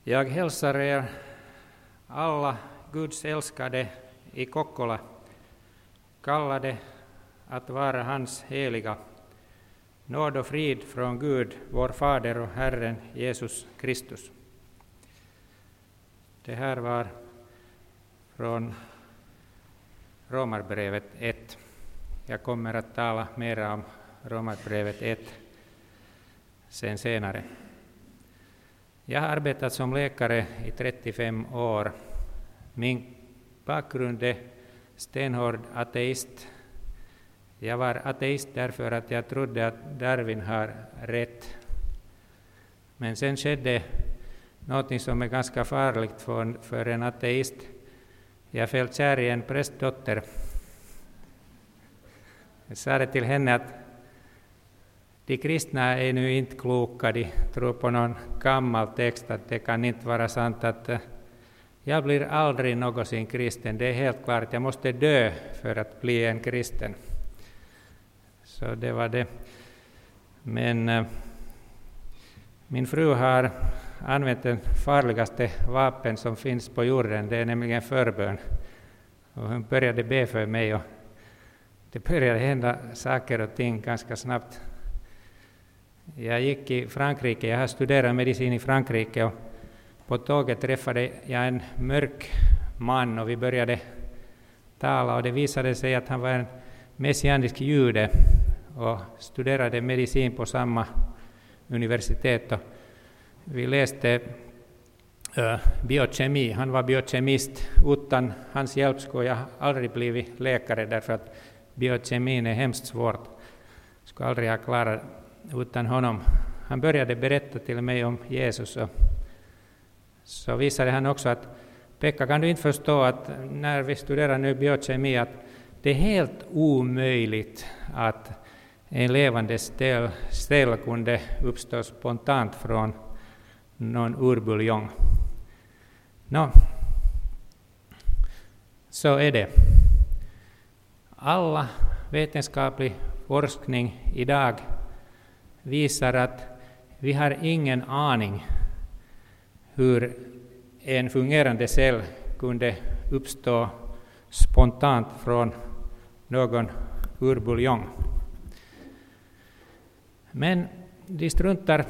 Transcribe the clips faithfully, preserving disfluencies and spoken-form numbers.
Jag hälsar er alla Guds älskade i Kokkola, kallade att vara hans heliga. Nåd och frid från Gud, vår Fader och Herren Jesus Kristus. Det här var från Romarbrevet ett. Jag kommer att tala mer om Romarbrevet ett sen senare. Jag har arbetat som läkare i trettiofem år. Min bakgrund är stenhård ateist. Jag var ateist därför att jag trodde att Darwin har rätt. Men sen skedde något som är ganska farligt för, för en ateist. Jag föll kär i en prästdotter. Jag sa det till henne att de kristna är nu inte kloka, de tror på någon gammal text att det kan inte vara sant att jag blir aldrig någonsin kristen. Det är helt klart, jag måste dö för att bli en kristen. Så det var det. Men äh, min fru har använt den farligaste vapen som finns på jorden, det är nämligen förbön. Och hon började be för mig och det började hända saker och ting ganska snabbt. Jag gick i Frankrike, jag har studerat medicin i Frankrike och på tåget träffade jag en mörk man och vi började tala och det visade sig att han var en messianisk jude och studerade medicin på samma universitet. Och vi läste uh, biokemi, han var biokemist. Utan hans hjälp skulle jag aldrig blivit läkare därför att biokemin är hemskt svårt. Jag skulle aldrig ha klarat utan honom. Han började berätta till mig om Jesus och så visade han också att Pekka, kan du inte förstå att när vi studerar nu biokemi att det är helt omöjligt att en levande ställ, ställ kunde uppstå spontant från någon urbuljong. Nå, så är det. Alla vetenskaplig forskning idag visar att vi har ingen aning hur en fungerande cell kunde uppstå spontant från någon urbuljong. Men de struntar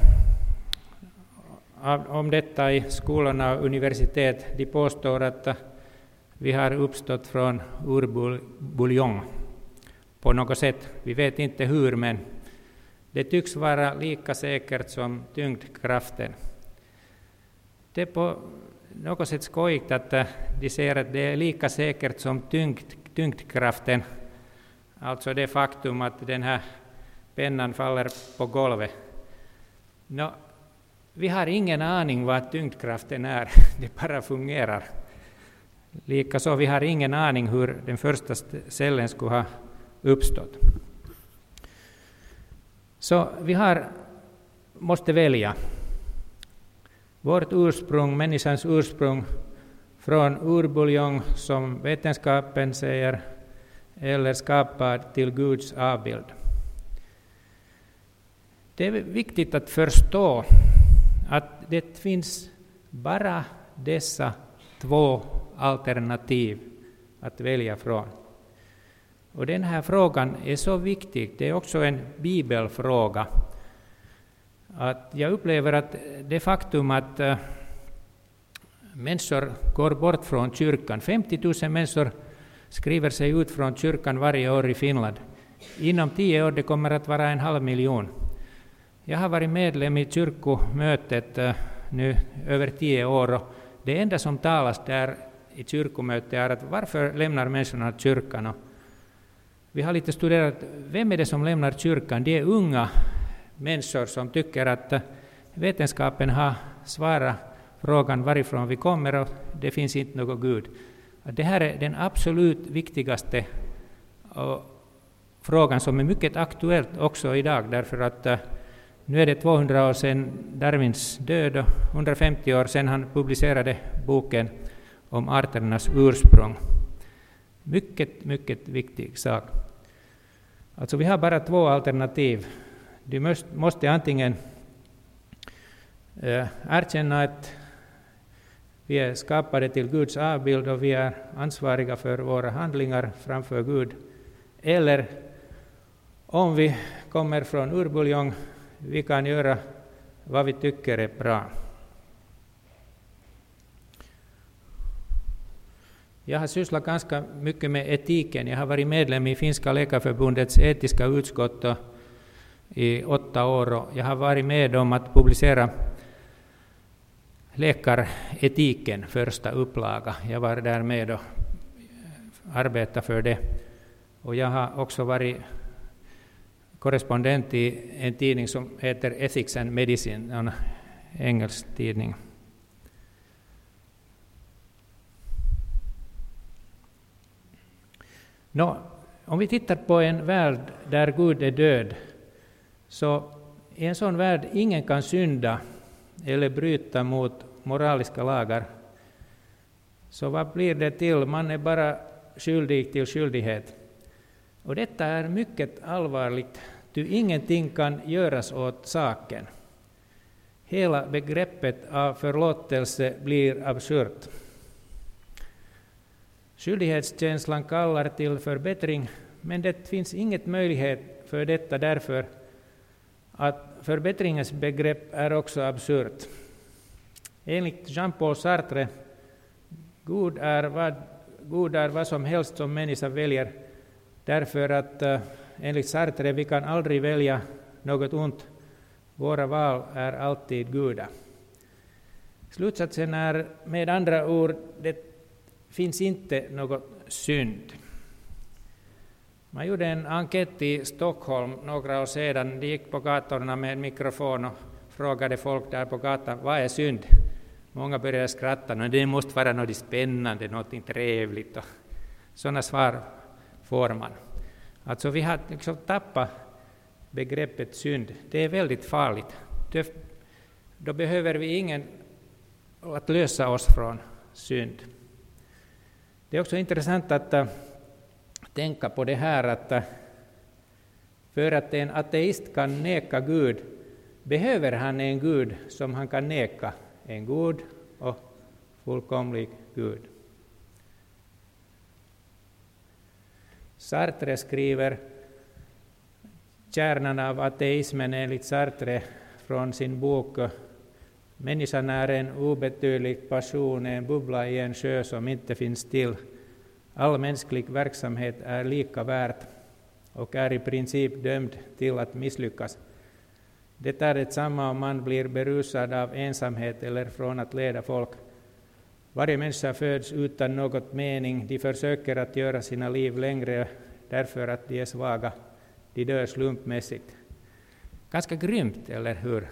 om detta i skolorna och universitet. De påstår att vi har uppstått från urbuljong på något sätt. Vi vet inte hur, men det tycks vara lika säkert som tyngdkraften. Det är på något sätt skojigt att de säger att det är lika säkert som tyngd, tyngdkraften. Alltså det faktum att den här pennan faller på golvet. Nå, vi har ingen aning vad tyngdkraften är. Det bara fungerar. Likaså vi har ingen aning hur den första cellen skulle ha uppstått. Så vi har, måste välja. Vårt ursprung, människans ursprung från urbuljong som vetenskapen säger eller skapad till Guds avbild. Det är viktigt att förstå att det finns bara dessa två alternativ att välja från. Och den här frågan är så viktig, det är också en bibelfråga. Att jag upplever att det faktum att äh, människor går bort från kyrkan, femtio tusen människor skriver sig ut från kyrkan varje år i Finland. Inom tio år det kommer att vara en halv miljon. Jag har varit medlem i kyrkomötet äh, nu över tio år och det enda som talas där i kyrkomötet är att varför lämnar människorna kyrkan? Och vi har lite studerat vem är det som lämnar kyrkan. Det är unga människor som tycker att vetenskapen har svarat frågan varifrån vi kommer och det finns inte något Gud. Det här är den absolut viktigaste frågan som är mycket aktuellt också idag därför att nu är det tvåhundra år sedan Darwins död och hundrafemtio år sedan han publicerade boken om arternas ursprung. Mycket, mycket viktig sak. Alltså vi har bara två alternativ. Du måste antingen erkänna att Vi är skapade till Guds avbild och vi är ansvariga för våra handlingar framför Gud. Eller om vi kommer från urbuljong, vi kan göra vad vi tycker är bra. Jag har sysslat ganska mycket med etiken. Jag har varit medlem i Finska läkarförbundets etiska utskott i åtta år. Och jag har varit med om att publicera läkaretiken, första upplaga. Jag var där med och arbetade för det. Och jag har också varit korrespondent i en tidning som heter Ethics and Medicine, en engelsk tidning. Nå, om vi tittar på en värld där Gud är död, så i en sån värld ingen kan synda eller bryta mot moraliska lagar. Så vad blir det till? Man är bara skyldig till skyldighet. Och detta är mycket allvarligt, ty ingenting kan göras åt saken. Hela begreppet av förlåtelse blir absurt. Skyldighetskänslan kallar till förbättring, men det finns inget möjlighet för detta därför att förbättringens begrepp är också absurt. Enligt Jean-Paul Sartre, God är, vad, God är vad som helst som människan väljer, därför att uh, enligt Sartre vi kan aldrig välja något ont. Våra val är alltid goda. Slutsatsen är med andra ord, det finns inte något synd. Man gjorde en enkät i Stockholm några år sedan. De gick på gatorna med en mikrofon och frågade folk där på gatan, vad är synd? Många började skratta, men det måste vara något spännande, något trevligt. Och sådana svar får man. Alltså vi har liksom tappat begreppet synd. Det är väldigt farligt. Då behöver vi ingen att lösa oss från synd. Det är också intressant att uh, tänka på det här att uh, för att en ateist kan neka Gud behöver han en Gud som han kan neka, en god och fullkomlig Gud. Sartre skriver kärnan av ateismen enligt Sartre från sin bok Människan är en obetydlig passion, en bubbla i en sjö som inte finns till. All mänsklig verksamhet är lika värt och är i princip dömd till att misslyckas. Det är detsamma om man blir berusad av ensamhet eller från att leda folk. Varje människa föds utan något mening. De försöker att göra sina liv längre därför att de är svaga. De dör slumpmässigt. Ganska grymt, eller hur?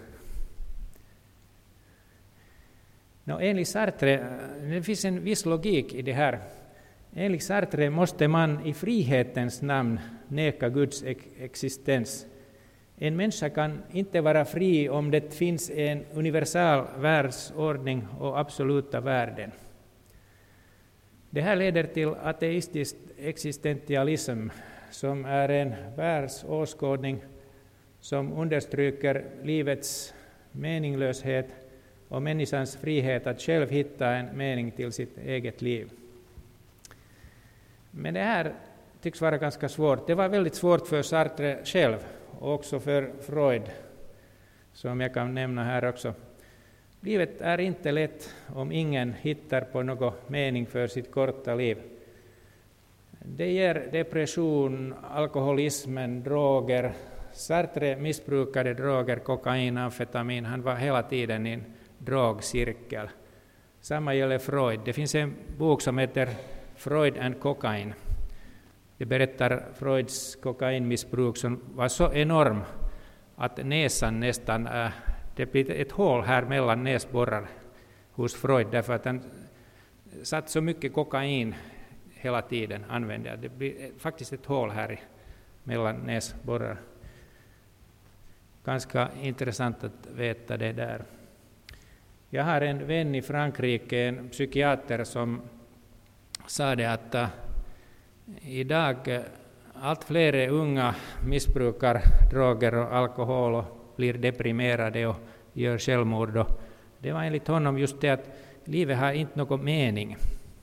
No, enligt Sartre, det finns en viss logik i det här. Enligt Sartre måste man i frihetens namn neka Guds existens. En människa kan inte vara fri om det finns en universal världsordning och absoluta värden. Det här leder till ateistisk existentialism, som är en världsåskådning som understryker livets meningslöshet och människans frihet att själv hitta en mening till sitt eget liv. Men det här tycks vara ganska svårt. Det var väldigt svårt för Sartre själv och också för Freud, som jag kan nämna här också. Livet är inte lätt om ingen hittar på någon mening för sitt korta liv. Det ger depression, alkoholismen, droger. Sartre missbrukade droger, kokain, amfetamin. Han var hela tiden i en drogcirkel. Samma gäller Freud. Det finns en bok som heter Freud and Cocaine. Det berättar Freuds kokainmissbruk som var så enorm att näsan nästan, äh, det blir ett hål här mellan näsborrar hos Freud därför att han satt så mycket kokain hela tiden använde. Det blir faktiskt ett hål här mellan näsborrar. Ganska intressant att veta det där. Jag har en vän i Frankrike, en psykiater, som sa det att uh, idag uh, allt fler unga missbrukar droger och alkohol och blir deprimerade och gör självmord. Och det var enligt honom just det att livet har inte någon mening.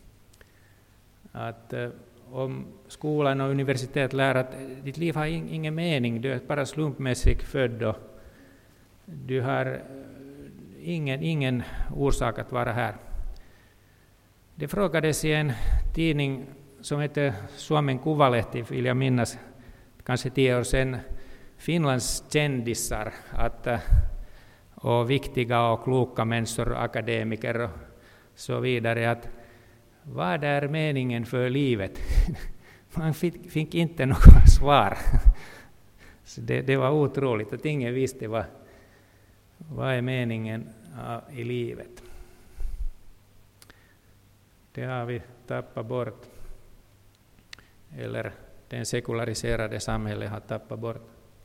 Att om skolan och universitet lär att ditt liv har ingen mening, du är bara slumpmässigt född och du har ingen, ingen orsak att vara här. Det frågades i en tidning som heter Suomen Kuvalehti, vill jag minnas, kanske tio år sedan, Finlands kändisar att, och viktiga och kloka människor, akademiker och så vidare, att vad är meningen för livet? Man fick, fick inte något svar. Så det, det var otroligt att ingen visste vad, vad är meningen i livet. Det har vi tappat bort. Eller den sekulariserade samhället har tappat bort.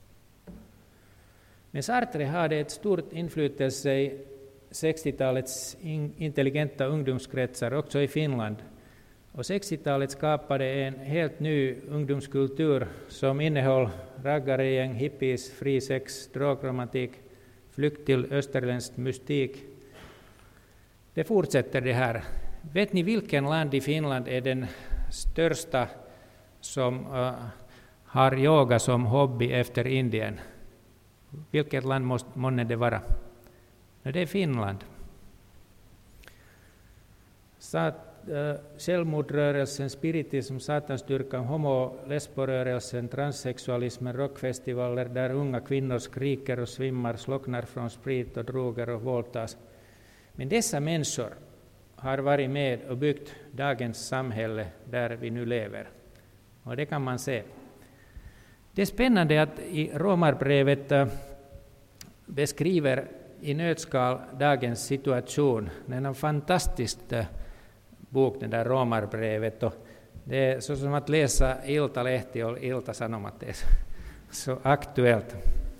Men Sartre hade ett stort inflytelse i sextiotalets intelligenta ungdomskretsar också i Finland. Och sextiotalet skapade en helt ny ungdomskultur som innehöll raggargäng, hippies, fri sex, drogromantik, flykt till österländsk mystik. Det fortsätter det här. Vet ni vilken land i Finland är den största som uh, har yoga som hobby efter Indien? Vilket land måste månne det vara? No, det är Finland. Sat, uh, självmordrörelsen, spiritism, satansdyrkan, homo- lesborörelsen, transsexualismen, rockfestivaler där unga kvinnor skriker och svimmar, slocknar från sprit och droger och våldtas. Men dessa människor har varit med och byggt dagens samhälle där vi nu lever. Och det kan man se. Det är spännande att i Romarbrevet uh, beskriver i nötskal dagens situation. Det är en fantastisk uh, bok, den där Romarbrevet. Och det är så som att läsa Iltalehti och Ilta-Sanomat. Det är så, så aktuellt.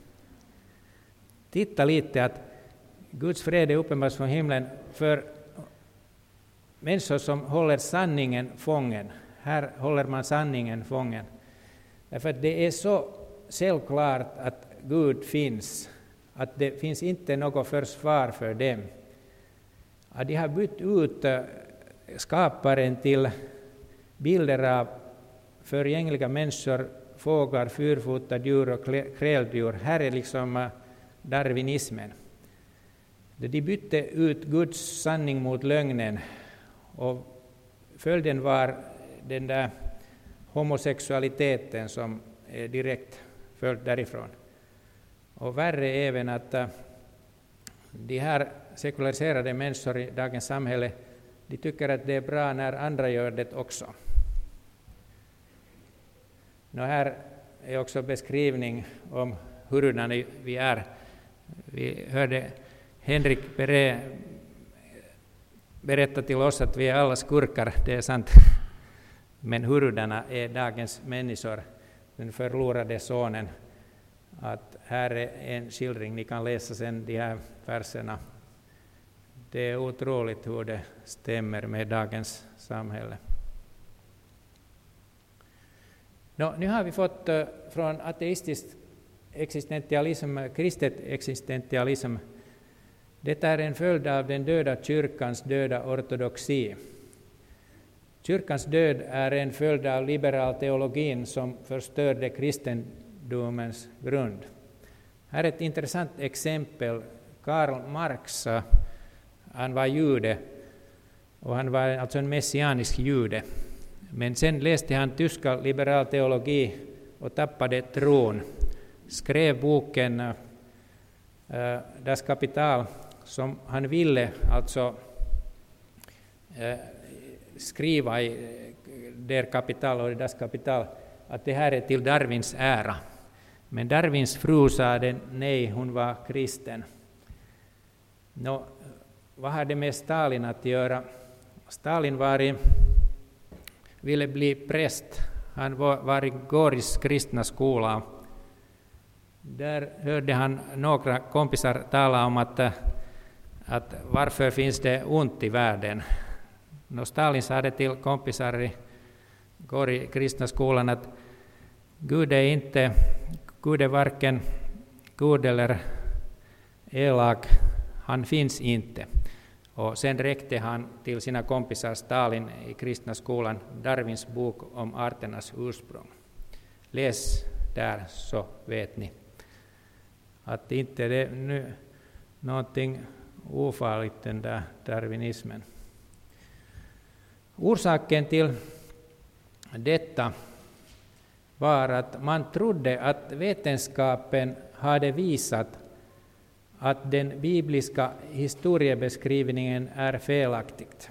Titta lite att Guds fred är uppenbaras från himlen för människor som håller sanningen fången. Här håller man sanningen fången. Därför att det är så självklart att Gud finns, att det finns inte något försvar för dem. Att de har bytt ut skaparen till bilder av förgängliga människor, fåglar, fyrfotade djur och kräldjur. Här är liksom darwinismen. De bytte ut Guds sanning mot lögnen, och följden var den där homosexualiteten som är direkt följd därifrån. Och värre är även att uh, de här sekulariserade människor i dagens samhälle, de tycker att det är bra när andra gör det också. Nå, här är också beskrivning om hurudana vi är. Vi hörde Henrik Beré berätta till oss att vi är alla skurkar, det är sant. Men hurudana är dagens människor, den förlorade sonen. Att här är en skildring, ni kan läsa sen de här verserna. Det är otroligt hur det stämmer med dagens samhälle. Nå, nu har vi fått uh, från ateistisk existentialism, kristet existentialism. Det är en följd av den döda kyrkans döda ortodoxi. Kyrkans död är en följd av liberal teologin som förstörde kristendomens grund. Här är ett intressant exempel. Karl Marx, han var jude och han var alltså en messianisk jude. Men sen läste han tyska liberal teologi och tappade tron. Skrev boken uh, Das Kapital, som han ville alltså uh, skriva i Der Kapital och Das Kapital att det här är till Darwins ära. Men Darwins fru sa den, nej, hon var kristen. Nå, vad har det med Stalin att göra? Stalin var i, ville bli präst. Han var, var i Goris kristna skola. Där hörde han några kompisar tala om att, att varför finns det ont i världen. Nå, Stalin sa det till kompisar i Gori kristna skolan att Gud är inte, Gud är varken god eller elak, han finns inte. Och sen räckte han till sina kompisar Stalin i kristna skolan Darwins bok om arternas ursprung. Läs där så vet ni att det inte är nu någonting ofarligt den där darwinismen. Orsaken till detta var att man trodde att vetenskapen hade visat att den bibliska historiebeskrivningen är felaktigt.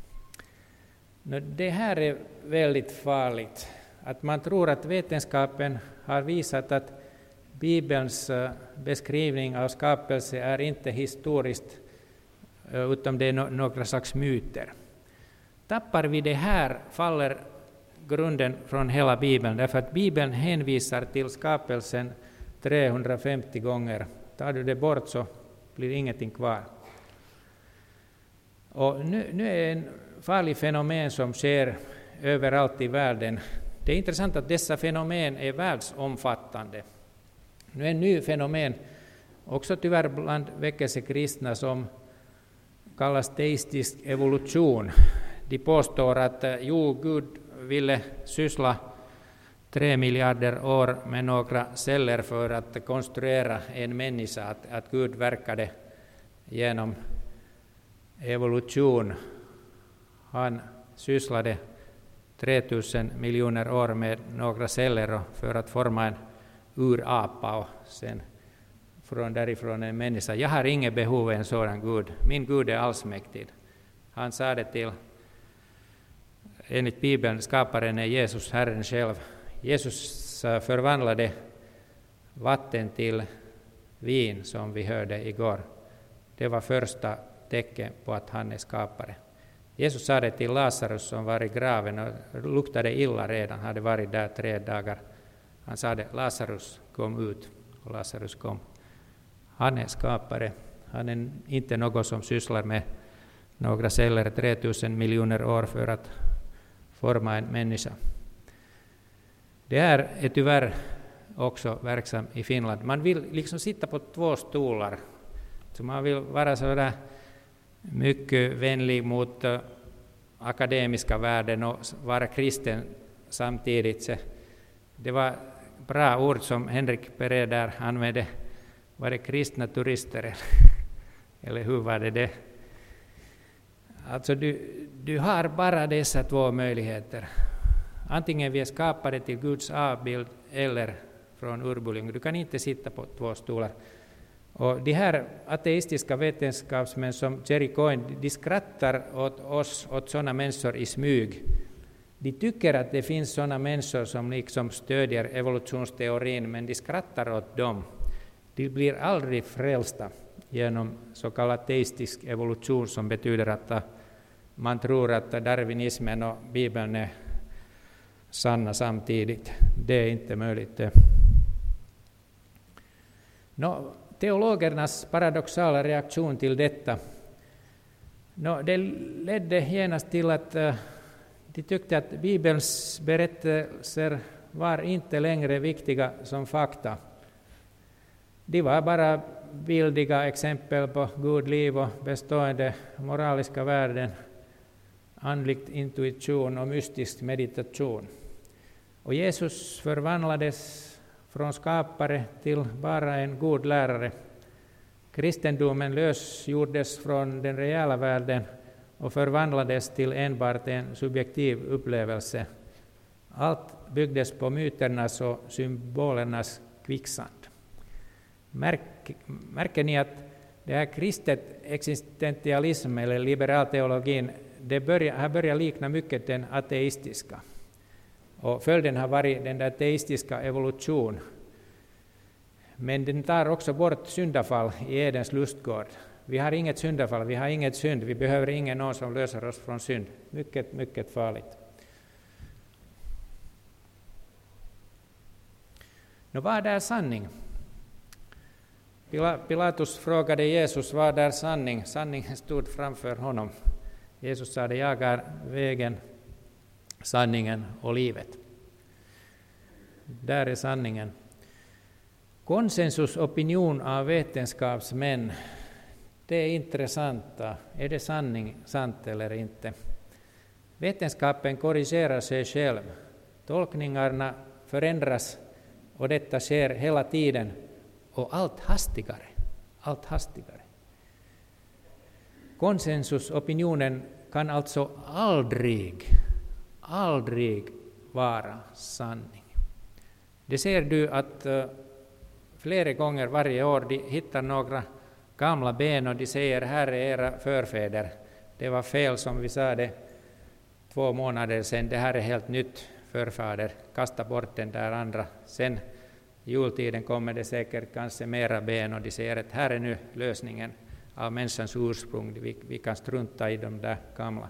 Det här är väldigt farligt, att man tror att vetenskapen har visat att Bibelns beskrivning av skapelse är inte historiskt, utan det är några slags myter. Tappar vi det här faller grunden från hela Bibeln, därför att Bibeln hänvisar till skapelsen trehundrafemtio gånger. Tar du det bort så blir ingenting kvar. Och nu, nu är en farlig fenomen som sker överallt i världen. Det är intressant att dessa fenomen är världsomfattande. Nu är en ny fenomen, också tyvärr bland väckelsekristna, som kallas teistisk evolution. De påstår att jo, Gud ville syssla tre miljarder år med några celler för att konstruera en människa, att, att Gud verkade genom evolution. Han sysslade tre tusen miljoner år med några celler för att forma en urapa och sen från därifrån en människa. Jag har inget behov av en sådan Gud. Min Gud är allsmäktig. Han sa det till, enligt Bibeln, skaparen är Jesus, Herren själv. Jesus förvandlade vatten till vin, som vi hörde igår. Det var första tecken på att han är skapare. Jesus sa det till Lazarus som var i graven och luktade illa redan, hade varit där tre dagar. Han sa det, Lazarus kom ut, och Lazarus kom. Han är skapare. Han är inte någon som sysslar med några celler tre tusen miljoner år för att forma en människa. Det här är tyvärr också verksam i Finland. Man vill liksom sitta på två stolar. Så man vill vara så där mycket vänlig mot uh, akademiska världen och vara kristen samtidigt. Så det var bra ord som Henrik Peré där använde. Var det kristna turister? Eller hur var det det? Alltså du, du har bara dessa två möjligheter. Antingen vi är skapade till Guds avbild eller från urbulling. Du kan inte sitta på två stolar. Och de här ateistiska vetenskapsmän som Jerry Coyne, de skrattar åt oss, åt sådana människor i smyg. De tycker att det finns sådana människor som liksom stödjer evolutionsteorin, men de skrattar åt dem. De blir aldrig frälsta genom så kallad teistisk evolution, som betyder att man tror att darwinismen och Bibeln är sanna samtidigt. Det är inte möjligt. No, teologernas paradoxala reaktion till detta, no, det ledde genast till att uh, de tyckte att Bibelns berättelser var inte längre viktiga som fakta. De var bara bildiga exempel på god liv och bestående moraliska värden, andligt intuition och mystisk meditation. Och Jesus förvandlades från skapare till bara en god lärare. Kristendomen lösgjordes från den reala världen och förvandlades till enbart en subjektiv upplevelse. Allt byggdes på myternas och symbolernas kvicksand. Märk, märker ni att det här kristet existentialism eller liberal teologin, det börjar, har börjat likna mycket den ateistiska. Och följden har varit den där teistiska evolution. Men den tar också bort syndafall i Edens lustgård. Vi har inget syndafall, vi har inget synd, vi behöver ingen någon som löser oss från synd. Mycket, mycket farligt. Nå, vad är sanning? Pilatus frågade Jesus, vad är sanning? Sanningen stod framför honom. Jesus sa, jag är vägen, sanningen och livet. Där är sanningen. Konsensusopinion av vetenskapsmän, det intressanta. Är det sanning, sant eller inte? Vetenskapen korrigerar sig själv. Tolkningarna förändras och detta sker hela tiden och allt hastigare. Allt hastigare. Konsensusopinionen kan alltså aldrig, aldrig vara sanning. Det ser du att uh, flera gånger varje år de hittar några gamla ben och de säger här är era förfäder. Det var fel som vi sa det två månader sedan. Det här är helt nytt förfader. Kasta bort den där andra. Sen jultiden kommer det säkert kanske mera ben och de säger att här är nu lösningen av människans ursprung. Vi, vi kan strunta i de där gamla.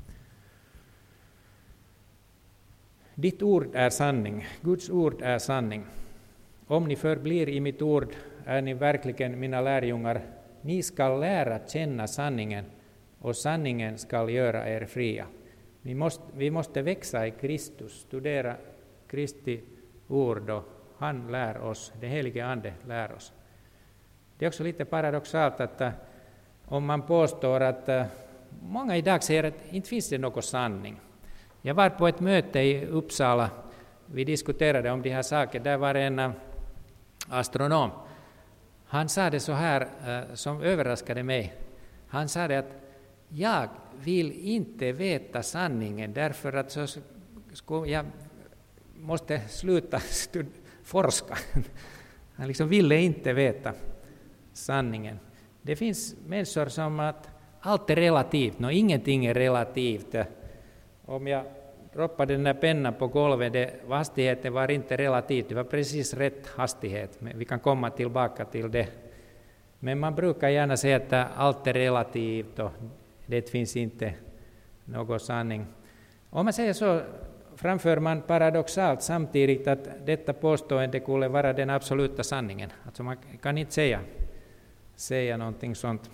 Ditt ord är sanning. Guds ord är sanning. Om ni förblir i mitt ord är ni verkligen mina lärjungar. Ni ska lära känna sanningen och sanningen ska göra er fria. Vi måste, vi måste växa i Kristus, studera Kristi ord och han lär oss, den helige ande lär oss. Det är också lite paradoxalt att uh, om man påstår att uh, många idag säger att inte finns det någon sanning. Jag var på ett möte i Uppsala, vi diskuterade om de här sakerna, där var en uh, astronom. Han sa det så här uh, som överraskade mig. Han sa det att jag vill inte veta sanningen därför att så sko, jag måste sluta stud- forska. Han liksom ville inte veta sanningen. Det finns människor som att allt är relativt, no, ingenting är relativt. Om jag droppade den där pennan på golvet, det, hastigheten var inte relativt, det var precis rätt hastighet. Men vi kan komma tillbaka till det. Men man brukar gärna säga att allt är relativt och det finns inte någon sanning. Om man säger så framför man paradoxalt samtidigt att detta påstående skulle vara den absoluta sanningen. Alltså man kan inte säga, säga någonting sånt.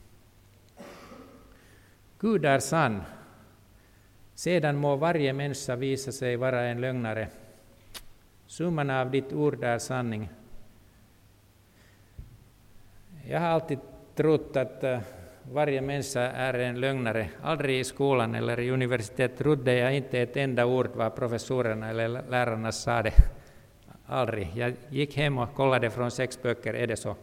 Gud är sann. Sedan må varje människa visa sig vara en lögnare. Summan av ditt ord är sanning. Jag har alltid trott att uh, varje människa är en lögnare. Aldrig i skolan eller i universitet trodde jag inte ett enda ord vad professorerna eller lärarna sa det. Aldrig. Jag gick hem och kollade från sex böcker, är det så?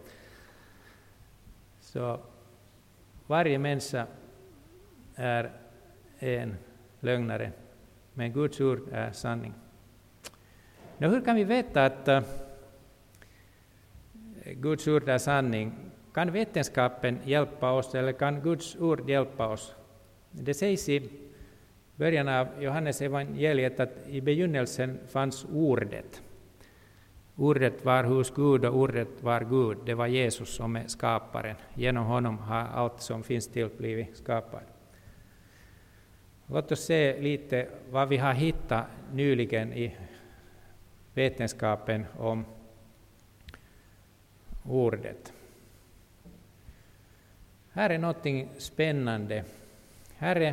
Så varje människa är en lögnare, men Guds ord är sanning. Nu, hur kan vi veta att uh, Guds ord är sanning? Kan vetenskapen hjälpa oss eller kan Guds ord hjälpa oss? Det sägs i början av Johannes evangeliet att i begynnelsen fanns ordet. Ordet var hos Gud och ordet var Gud. Det var Jesus som är skaparen. Genom honom har allt som finns till blivit skapat. Låt oss se lite vad vi har hittat nyligen i vetenskapen om ordet. Här är något spännande. Här är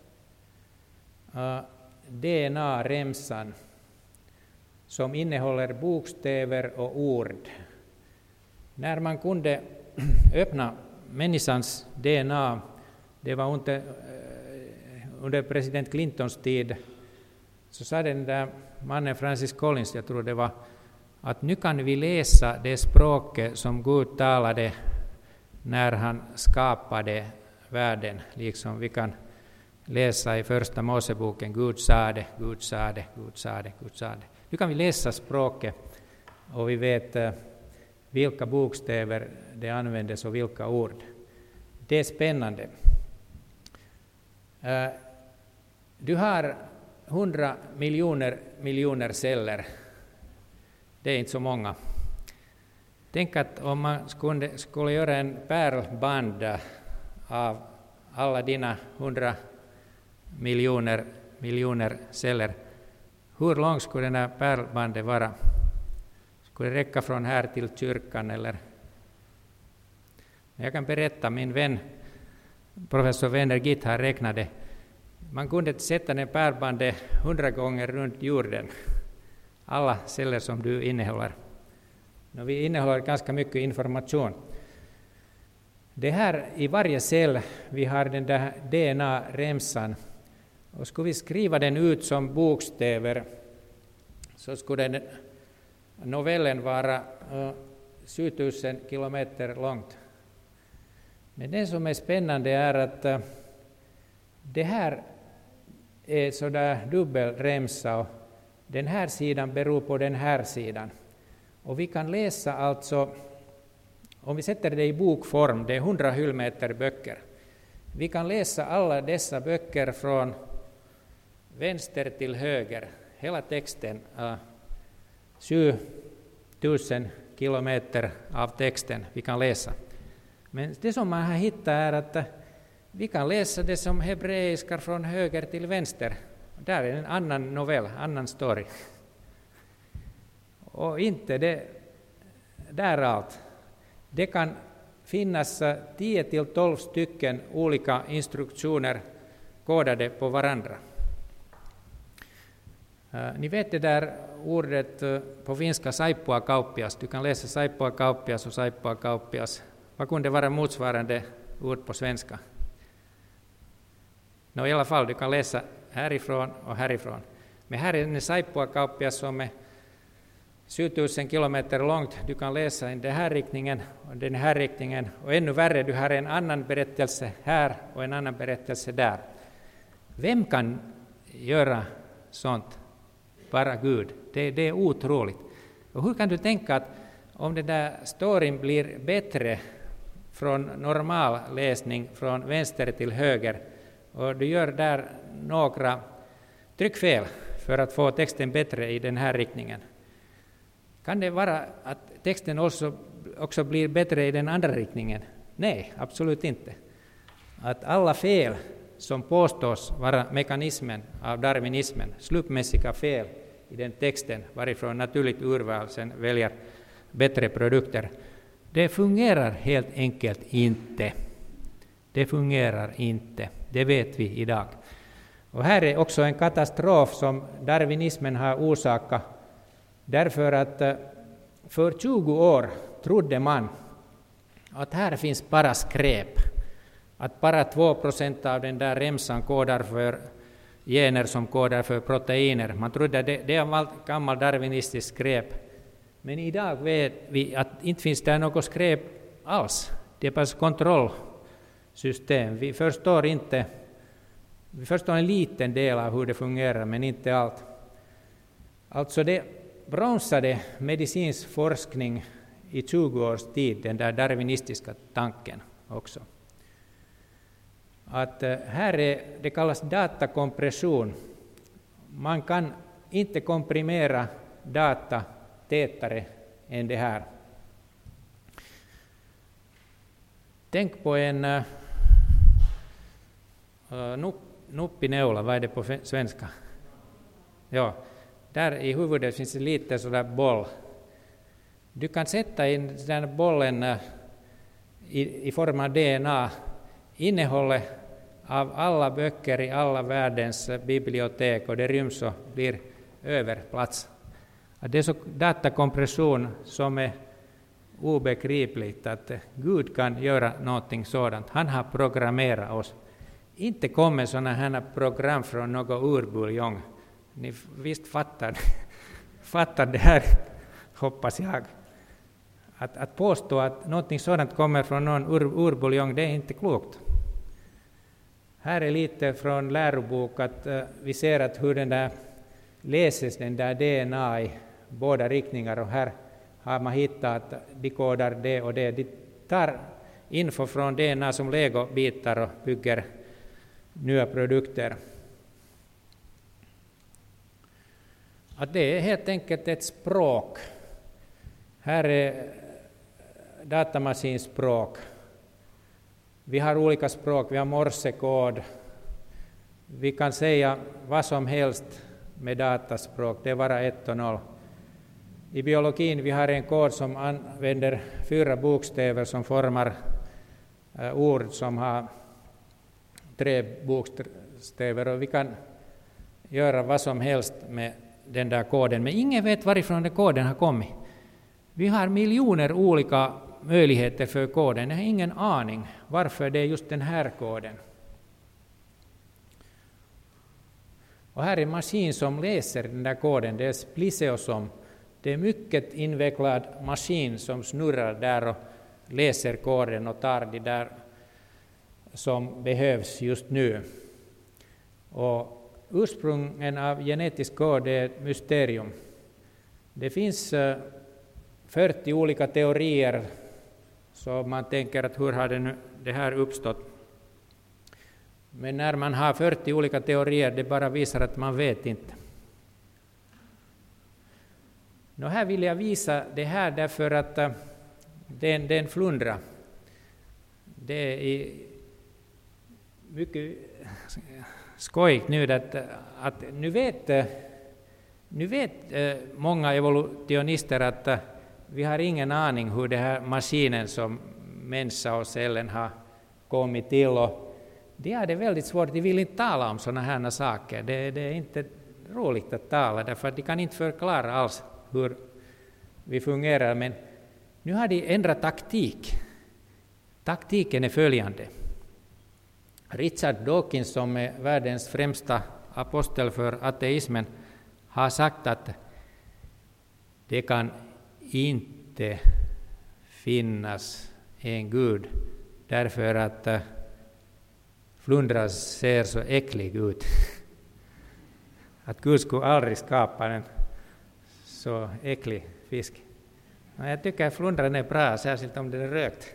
uh, D N A-remsan som innehåller bokstäver och ord. När man kunde öppna människans D N A, det var under, uh, under president Clintons tid, så sa den där mannen Francis Collins, jag tror det var, att nu kan vi läsa det språket som Gud talade när han skapade världen. Liksom vi kan läsa i första Moseboken, Gud sa det, Gud sa det, Gud sa det, Gud sa det. Nu kan vi läsa språket och vi vet uh, vilka bokstäver det användes och vilka ord. Det är spännande. Uh, du har hundra miljoner miljoner celler. Det är inte så många. Tänk att om man skulle, skulle göra en pärlband av alla dina hundra miljoner miljoner celler. Hur långt skulle den här pärlbandet vara? Skulle det räcka från här till kyrkan? Eller? Jag kan berätta, min vän, professor Werner Gitt har räknat det. Man kunde sätta den pärlbandet hundra gånger runt jorden. Alla celler som du innehåller. Vi innehåller ganska mycket information. Det här i varje cell, vi har den där D N A-remsan. Och skulle vi skriva den ut som bokstäver så skulle den, novellen vara uh, sju tusen kilometer långt. Men det som är spännande är att uh, det här är sådär dubbelremsa och den här sidan beror på den här sidan. Och vi kan läsa alltså, om vi sätter det i bokform, det är hundra hyllmeter böcker. Vi kan läsa alla dessa böcker från vänster till höger, hela texten, uh, sju tusen kilometer av texten vi kan läsa. Men det som man har hittat är att uh, vi kan läsa det som hebreiska från höger till vänster. Där är en annan novell, annan story. Och inte det där allt. Det kan finnas uh, tio till tolv stycken olika instruktioner kodade på varandra. Uh, ni vet det där ordet uh, på finska saippua kauppias. Du kan läsa saippua kauppias och saippua kauppias. Vad kunde vara motsvarande ord på svenska? No, i alla fall, du kan läsa härifrån och härifrån. Men här är en saippua kauppias som är sju tusen kilometer långt. Du kan läsa i den här riktningen och den här riktningen. Och ännu värre, du har en annan berättelse här och en annan berättelse där. Vem kan göra sånt? Bara Gud. Det, det är otroligt. Och hur kan du tänka att om den där storyn blir bättre från normal läsning från vänster till höger och du gör där några tryckfel för att få texten bättre i den här riktningen. Kan det vara att texten också, också blir bättre i den andra riktningen? Nej, absolut inte. Att alla fel som påstås vara mekanismen av darwinismen, slumpmässiga fel i den texten, varifrån naturligt urval sen väljer bättre produkter, det fungerar helt enkelt inte. Det fungerar inte, det vet vi idag. Och här är också en katastrof som darwinismen har orsakat, därför att för tjugo år trodde man att här finns bara skräp. Att bara två procent av den där remsan kodar för gener som kodar för proteiner. Man trodde att det, det är gammal darwinistisk skräp. Men idag vet vi att inte finns det något skräp alls. Det är bara ett kontrollsystem. Vi förstår inte, vi förstår en liten del av hur det fungerar, men inte allt. Alltså det bromsade medicinsk forskning i tjugo års tid, den där darwinistiska tanken också. Att här är, det kallas datakompression. Man kan inte komprimera data tätare än det här. Tänk på en uh, nupp, nuppineula, vad är det på svenska? Ja, där i huvudet finns det lite sådär boll. Du kan sätta in den bollen uh, i, i form av D N A, innehållet av alla böcker i alla världens bibliotek, och det ryms och blir överplats. Det är så datakompression som är obegripligt att Gud kan göra någonting sådant. Han har programmerat oss. Inte kommer sådana här program från någon urbuljong. Ni visst fattar, fattar det här, hoppas jag. Att, att påstå att någonting sådant kommer från någon ur, urbuljong, det är inte klokt. Här är lite från lärobok att uh, vi ser att hur den där läses den där D N A i båda riktningar, och här har man hittat att de kodar det och det. De tar info från D N A som legobitar och bygger nya produkter. Att det är helt enkelt ett språk. Här är datamaskinspråk. Vi har olika språk, vi har morsekod. Vi kan säga vad som helst med dataspråk, det är bara ett och noll. I biologin vi har en kod som använder fyra bokstäver som formar uh, ord som har tre bokstäver, och vi kan göra vad som helst med den där koden, men ingen vet varifrån den koden har kommit. Vi har miljoner olika möjligheter för koden. Jag har ingen aning varför det är just den här koden. Och här är en maskin som läser den där koden. Det är Spliseosom. Det är mycket invecklad maskin som snurrar där och läser koden och tar det där som behövs just nu. Och ursprungen av genetisk kod är ett mysterium. Det finns fyrtio olika teorier, så man tänker att hur har det, nu, det här uppstått. Men när man har fyrtio olika teorier, det bara visar att man vet inte. Nå, här vill jag visa det här därför att uh, det, är, det är en flundra. Det är mycket skojigt nu att, att nu vet, nu vet uh, många evolutionister att uh, vi har ingen aning hur den här maskinen som människa och cellen har kommit till. Och de har det väldigt svårt, de vill inte tala om sådana här saker. Det, det är inte roligt att tala därför att de kan inte förklara alls hur vi fungerar. Men nu har de ändrat taktik. Taktiken är följande. Richard Dawkins, som är världens främsta apostel för ateismen, har sagt att det kan inte finnas en Gud därför att flundran ser så äcklig ut. Att Gud skulle aldrig skapa en så äcklig fisk. Men jag tycker att flundran är bra, särskilt om den är rökt.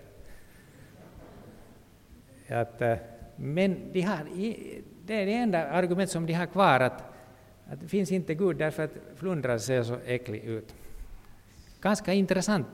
Att, men de har, det är det enda argument som de har kvar, att, att det finns inte Gud därför att flundran ser så äcklig ut. Ganska intressant.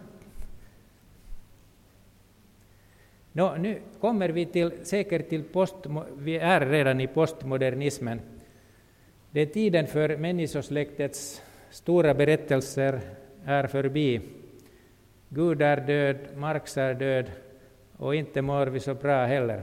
Nå, nu kommer vi till, säkert till post, vi är redan i postmodernismen. Det är tiden för människosläktets stora berättelser är förbi. Gud är död, Marx är död och inte mår vi så bra heller.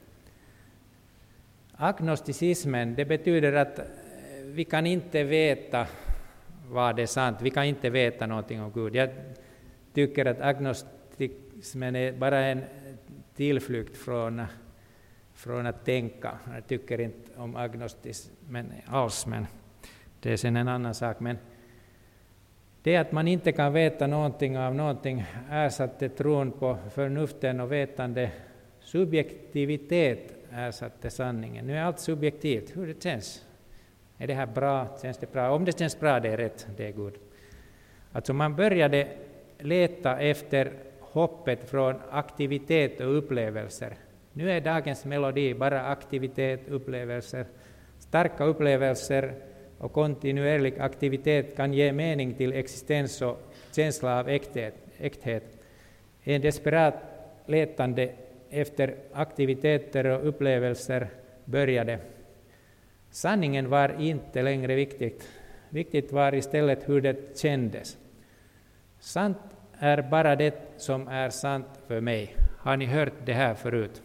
Agnosticismen, det betyder att vi kan inte veta vad det är sant. Vi kan inte veta någonting om Gud. Jag tycker att agnosticismen är bara en tillflykt från, från att tänka. Jag tycker inte om agnostismen alls, men det är sen en annan sak. Men det att man inte kan veta någonting av någonting ersatte tron på förnuften och vetande. Subjektivitet ersatte sanningen. Nu är allt subjektivt. Hur det känns? Är det här bra? Känns det bra? Om det känns bra, det är rätt. Det är Gud. Alltså man började leta efter hoppet från aktivitet och upplevelser. Nu är dagens melodi bara aktivitet, upplevelser. Starka upplevelser och kontinuerlig aktivitet kan ge mening till existens och känsla av äkthet. äkthet. En desperat letande efter aktiviteter och upplevelser började. Sanningen var inte längre viktigt. Viktigt var istället hur det kändes. Sant är bara det som är sant för mig. Har ni hört det här förut?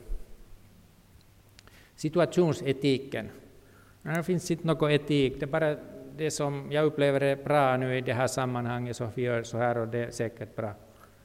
Situationsetiken. Det finns inte någon etik. Det är bara det som jag upplever är bra nu i det här sammanhanget, så vi gör så här och det är säkert bra.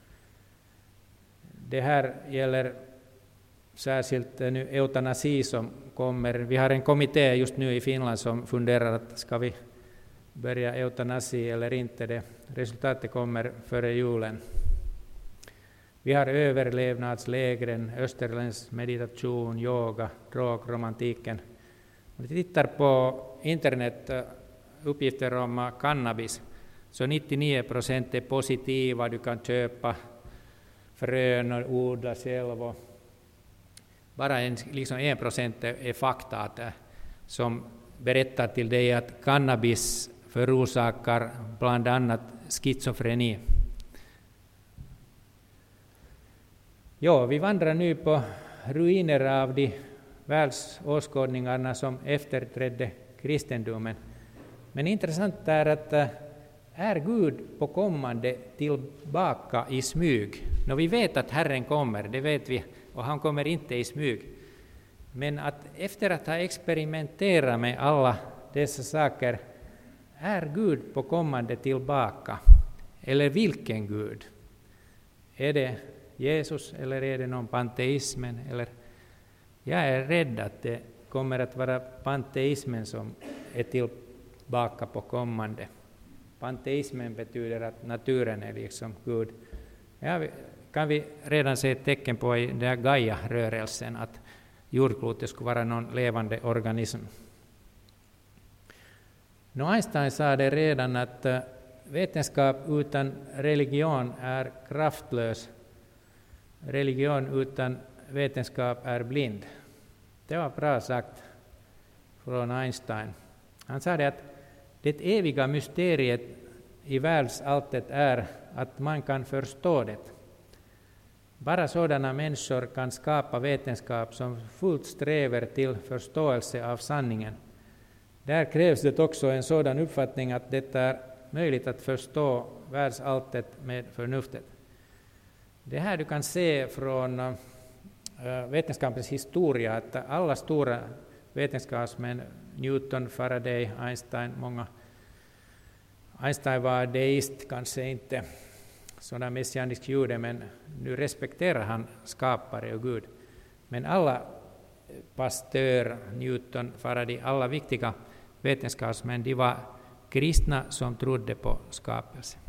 Det här gäller särskilt nu eutanasi som kommer. Vi har en kommitté just nu i Finland som funderar att ska vi börja eutanasi eller inte. Det resultatet kommer före julen. Vi har överlevnadslägren, österländsk meditation, yoga, drogromantiken. Om vi tittar på internet uppgifter om cannabis, så nittionio procent är positiva. Du kan köpa frön och odla själv. Och bara en, liksom en procent är fakta att, som berättar till dig att cannabis förorsakar bland annat schizofreni. Ja, vi vandrar nu på ruiner av de världsåskådningarna som efterträdde kristendomen. Men intressant är att är Gud på kommande tillbaka i smyg? Nå, vi vet att Herren kommer, det vet vi, och han kommer inte i smyg. Men att efter att ha experimenterat med alla dessa saker, är Gud på kommande tillbaka? Eller vilken Gud? Är det Jesus eller är det någon panteismen? Eller, jag är rädd att det kommer att vara panteismen som är tillbaka på kommande. Panteismen betyder att naturen är liksom Gud. Ja, kan vi redan se ett tecken på i den här Gaia-rörelsen att jordklotet skulle vara någon levande organism. No, Einstein sa det redan att vetenskap utan religion är kraftlös. Religion utan vetenskap är blind. Det var bra sagt från Einstein. Han sa det att det eviga mysteriet i världsalltet är att man kan förstå det. Bara sådana människor kan skapa vetenskap som fullt strävar till förståelse av sanningen. Där krävs det också en sådan uppfattning att det är möjligt att förstå världsalltet med förnuftet. Det här du kan se från uh, vetenskapens historia, att alla stora vetenskapsmän, Newton, Faraday, Einstein, många. Einstein var deist, kanske inte sådana messianisk jude, men nu respekterar han skapare och Gud. Men alla Pasteur, Newton, Faraday, alla viktiga vetenskapsmän, de var kristna som trodde på skapelse.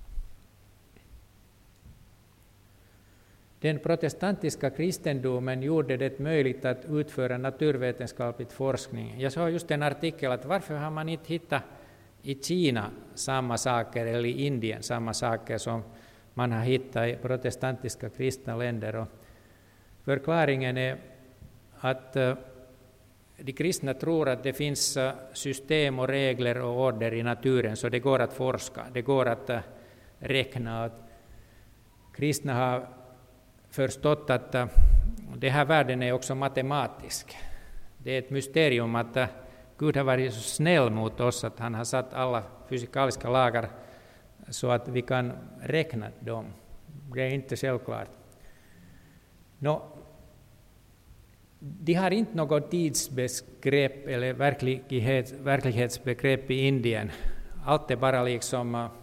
Den protestantiska kristendomen gjorde det möjligt att utföra naturvetenskaplig forskning. Jag såg just en artikel att varför har man inte hittat i Kina samma saker eller i Indien samma saker som man har hittat i protestantiska kristna länder. Och förklaringen är att de kristna tror att det finns system och regler och order i naturen, så det går att forska, det går att räkna. Kristna har förstått att den här världen är också matematisk. Det är ett mysterium att Gud har varit så snäll mot oss att han har satt alla fysikaliska lagar så att vi kan räkna dem. Det är inte självklart. Nå, de har inte något tidsbegrepp eller verklighets, verklighetsbegrepp i Indien. Allt är bara liksom uh,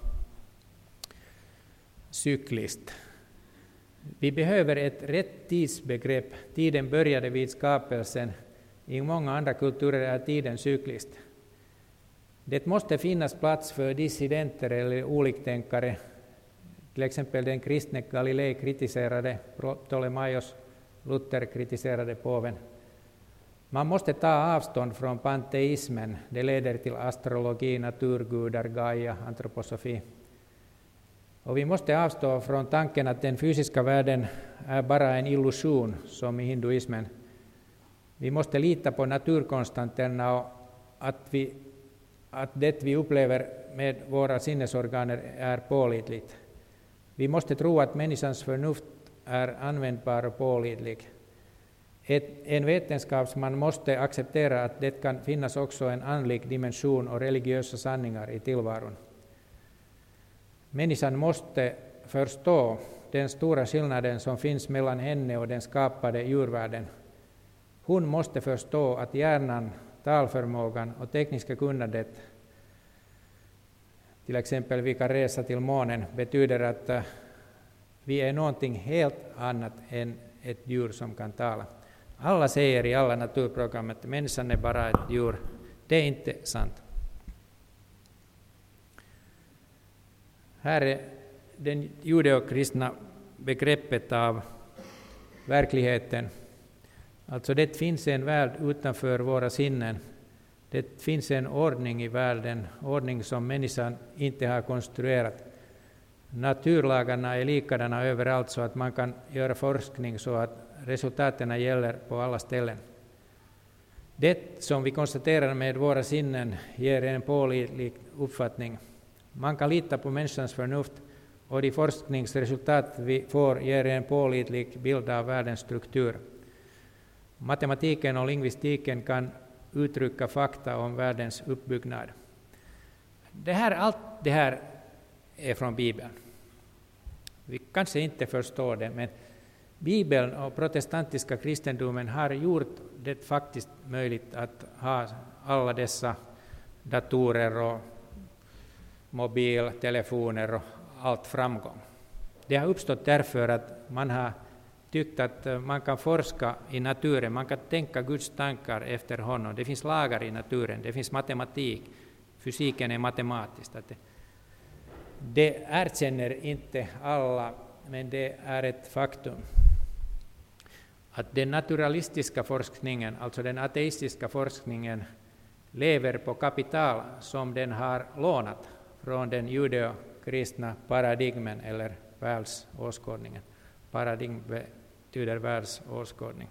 cykliskt. Vi behöver ett rätt tidsbegrepp. Tiden började vid skapelsen. I många andra kulturer är tiden cykliskt. Det måste finnas plats för dissidenter eller oliktänkare. Till exempel den kristne Galilei kritiserade Ptolemaios, Luther kritiserade påven. Man måste ta avstånd från panteismen. Det leder till astrologi, naturgudar, Gaia, antroposofi. Och vi måste avstå från tanken att den fysiska världen är bara en illusion, som i hinduismen. Vi måste lita på naturkonstanterna och att, vi, att det vi upplever med våra sinnesorganer är pålitligt. Vi måste tro att människans förnuft är användbar och pålitlig. Ett, en vetenskapsman måste acceptera att det kan finnas också en andlig dimension och religiösa sanningar i tillvaron. Människan måste förstå den stora skillnaden som finns mellan henne och den skapade djurvärlden. Hon måste förstå att hjärnan, talförmågan och tekniska kunnandet, till exempel vi kan resa till månen, betyder att vi är någonting helt annat än ett djur som kan tala. Alla säger i alla naturprogram att människan är bara ett djur. Det är inte sant. Här är den judeokristna begreppet av verkligheten. Alltså det finns en värld utanför våra sinnen. Det finns en ordning i världen, ordning som människan inte har konstruerat. Naturlagarna är likadana överallt så att man kan göra forskning så att resultaten gäller på alla ställen. Det som vi konstaterar med våra sinnen ger en pålitlig uppfattning. Man kan lita på människans förnuft och de forskningsresultat vi får ger en pålitlig bild av världens struktur. Matematiken och lingvistiken kan uttrycka fakta om världens uppbyggnad. Det här, allt det här är från Bibeln. Vi kanske inte förstår det, men Bibeln och protestantiska kristendomen har gjort det faktiskt möjligt att ha alla dessa datorer och mobiltelefoner och allt framgång. det har uppstått därför att man har tyckt att man kan forska i naturen, man kan tänka Guds tankar efter honom. Det finns lagar i naturen, det finns matematik, fysiken är matematisk. Det, det erkänner inte alla, men det är ett faktum. Att den naturalistiska forskningen, alltså den ateistiska forskningen, lever på kapital som den har lånat från den judeokristna paradigmen eller världsåskådningen. Paradigm betyder världsåskådning.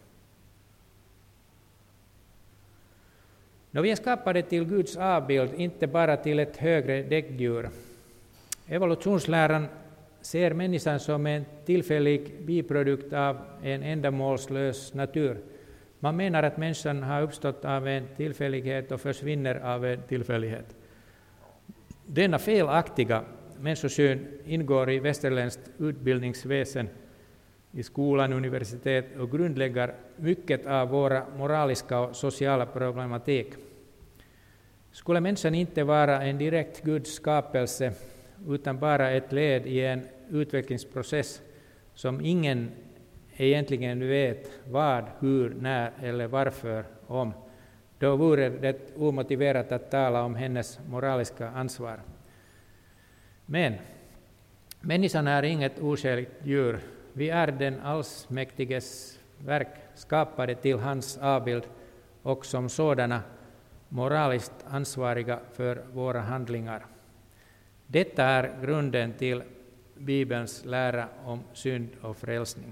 Nå, vi är skapade till Guds avbild, inte bara till ett högre däggdjur. Evolutionsläran ser människan som en tillfällig biprodukt av en ändamålslös natur. Man menar att människan har uppstått av en tillfällighet och försvinner av en tillfällighet. Denna felaktiga människosyn ingår i västerländskt utbildningsväsen i skolan, universitet och grundlägger mycket av våra moraliska och sociala problematik. Skulle människan inte vara en direkt Guds skapelse utan bara ett led i en utvecklingsprocess som ingen egentligen vet vad, hur, när eller varför om, då vore det omotiverat att tala om hennes moraliska ansvar. Men människan är inget oskäligt djur. Vi är den allsmäktiges verk, skapade till hans avbild och som sådana moraliskt ansvariga för våra handlingar. Detta är grunden till Bibelns lära om synd och frälsning.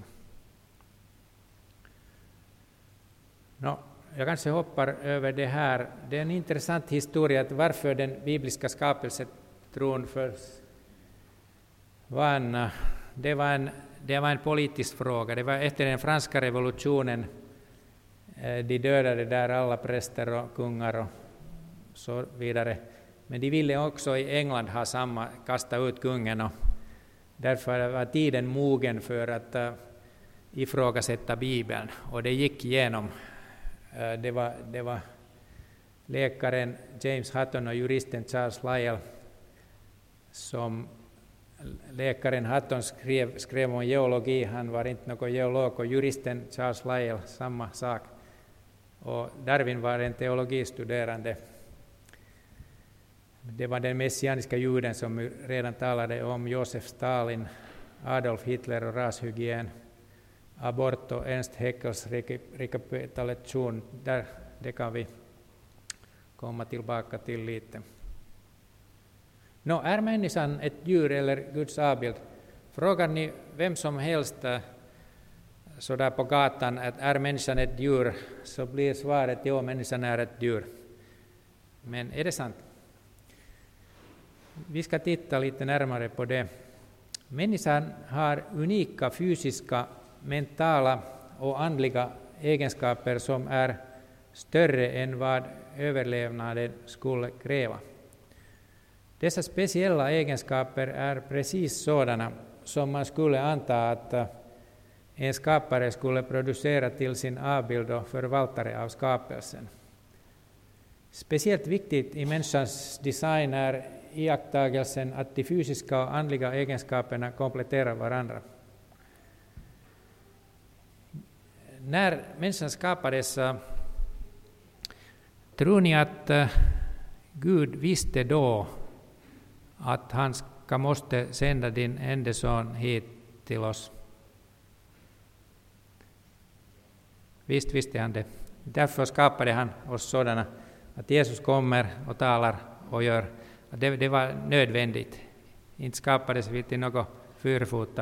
Nå, jag kanske hoppar över det här. Det är en intressant historia att varför den bibliska skapelsetron förs var en, det, var en, det var en politisk fråga. Det var efter den franska revolutionen. De dödade där alla präster och kungar och så vidare. Men de ville också i England ha samma, kasta ut kungen, och därför var tiden mogen för att uh, ifrågasätta Bibeln. Och det gick igenom. Uh, det, var, det var läkaren James Hutton och juristen Charles Lyell som läkaren Hutton skrev, skrev om geologi. Han var inte någon geolog, och juristen Charles Lyell samma sak. Och Darwin var en teologistuderande. Det var den messianiska juden som redan talade om Josef Stalin, Adolf Hitler och rashygien, abort och Ernst Haeckels rekapitulation. Där, det kan vi komma tillbaka till lite. Nå, är människan ett djur eller Guds avbild? Frågar ni vem som helst så där på gatan att är människan ett djur, så blir svaret ja, människan är ett djur. Men är det sant? Vi ska titta lite närmare på det. Människan har unika fysiska, mentala och andliga egenskaper som är större än vad överlevnaden skulle kräva. Dessa speciella egenskaper är precis sådana som man skulle anta att en skapare skulle producera till sin avbild och förvaltare av skapelsen. Speciellt viktigt i människans design är iakttagelsen att de fysiska och andliga egenskaperna kompletterar varandra. När människan skapades, tror ni att Gud visste då att han ska måste sända din enda son hit till oss? Visst visste han det. Därför skapade han oss sådana att Jesus kommer och talar och gör. Det, det var nödvändigt. Inte skapades vi till något fyrfota.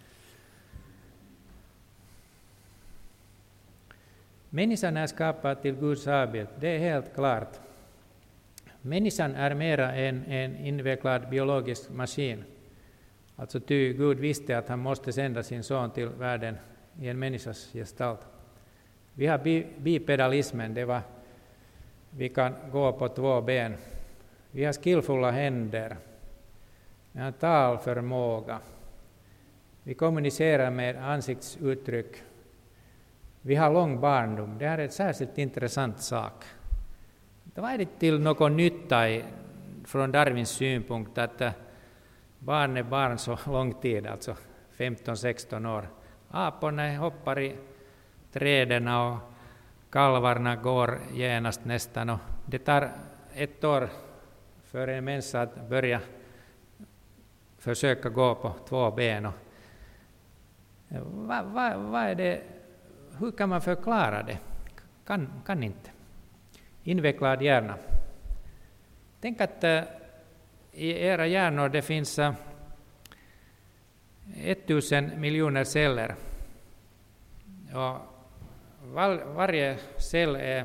Människan är skapad till Guds avbild. Det är helt klart. Människan är mera en, en invecklad biologisk maskin. Alltså ty Gud visste att han måste sända sin son till världen i en människas gestalt. Vi har bi, bipedalismen, det var vi kan gå på två ben. Vi har skillfulla händer. Vi har talförmåga. Vi kommunicerar med ansiktsuttryck. Vi har lång barndom. Det är ett särskilt intressant sak. Det var inte till någon nytta i, från Darwins synpunkt att barn är barn så lång tid, alltså femton sexton år. Aporna hoppar i träden och kalvarna går genast nästan. Och det tar ett år för en människa att börja försöka gå på två ben. Och vad, vad, vad är det? Hur kan man förklara det? Kan, kan inte. Invecklad hjärna. Tänk att uh, i era hjärnor det finns uh, tusen miljoner celler. Och var, varje cell är,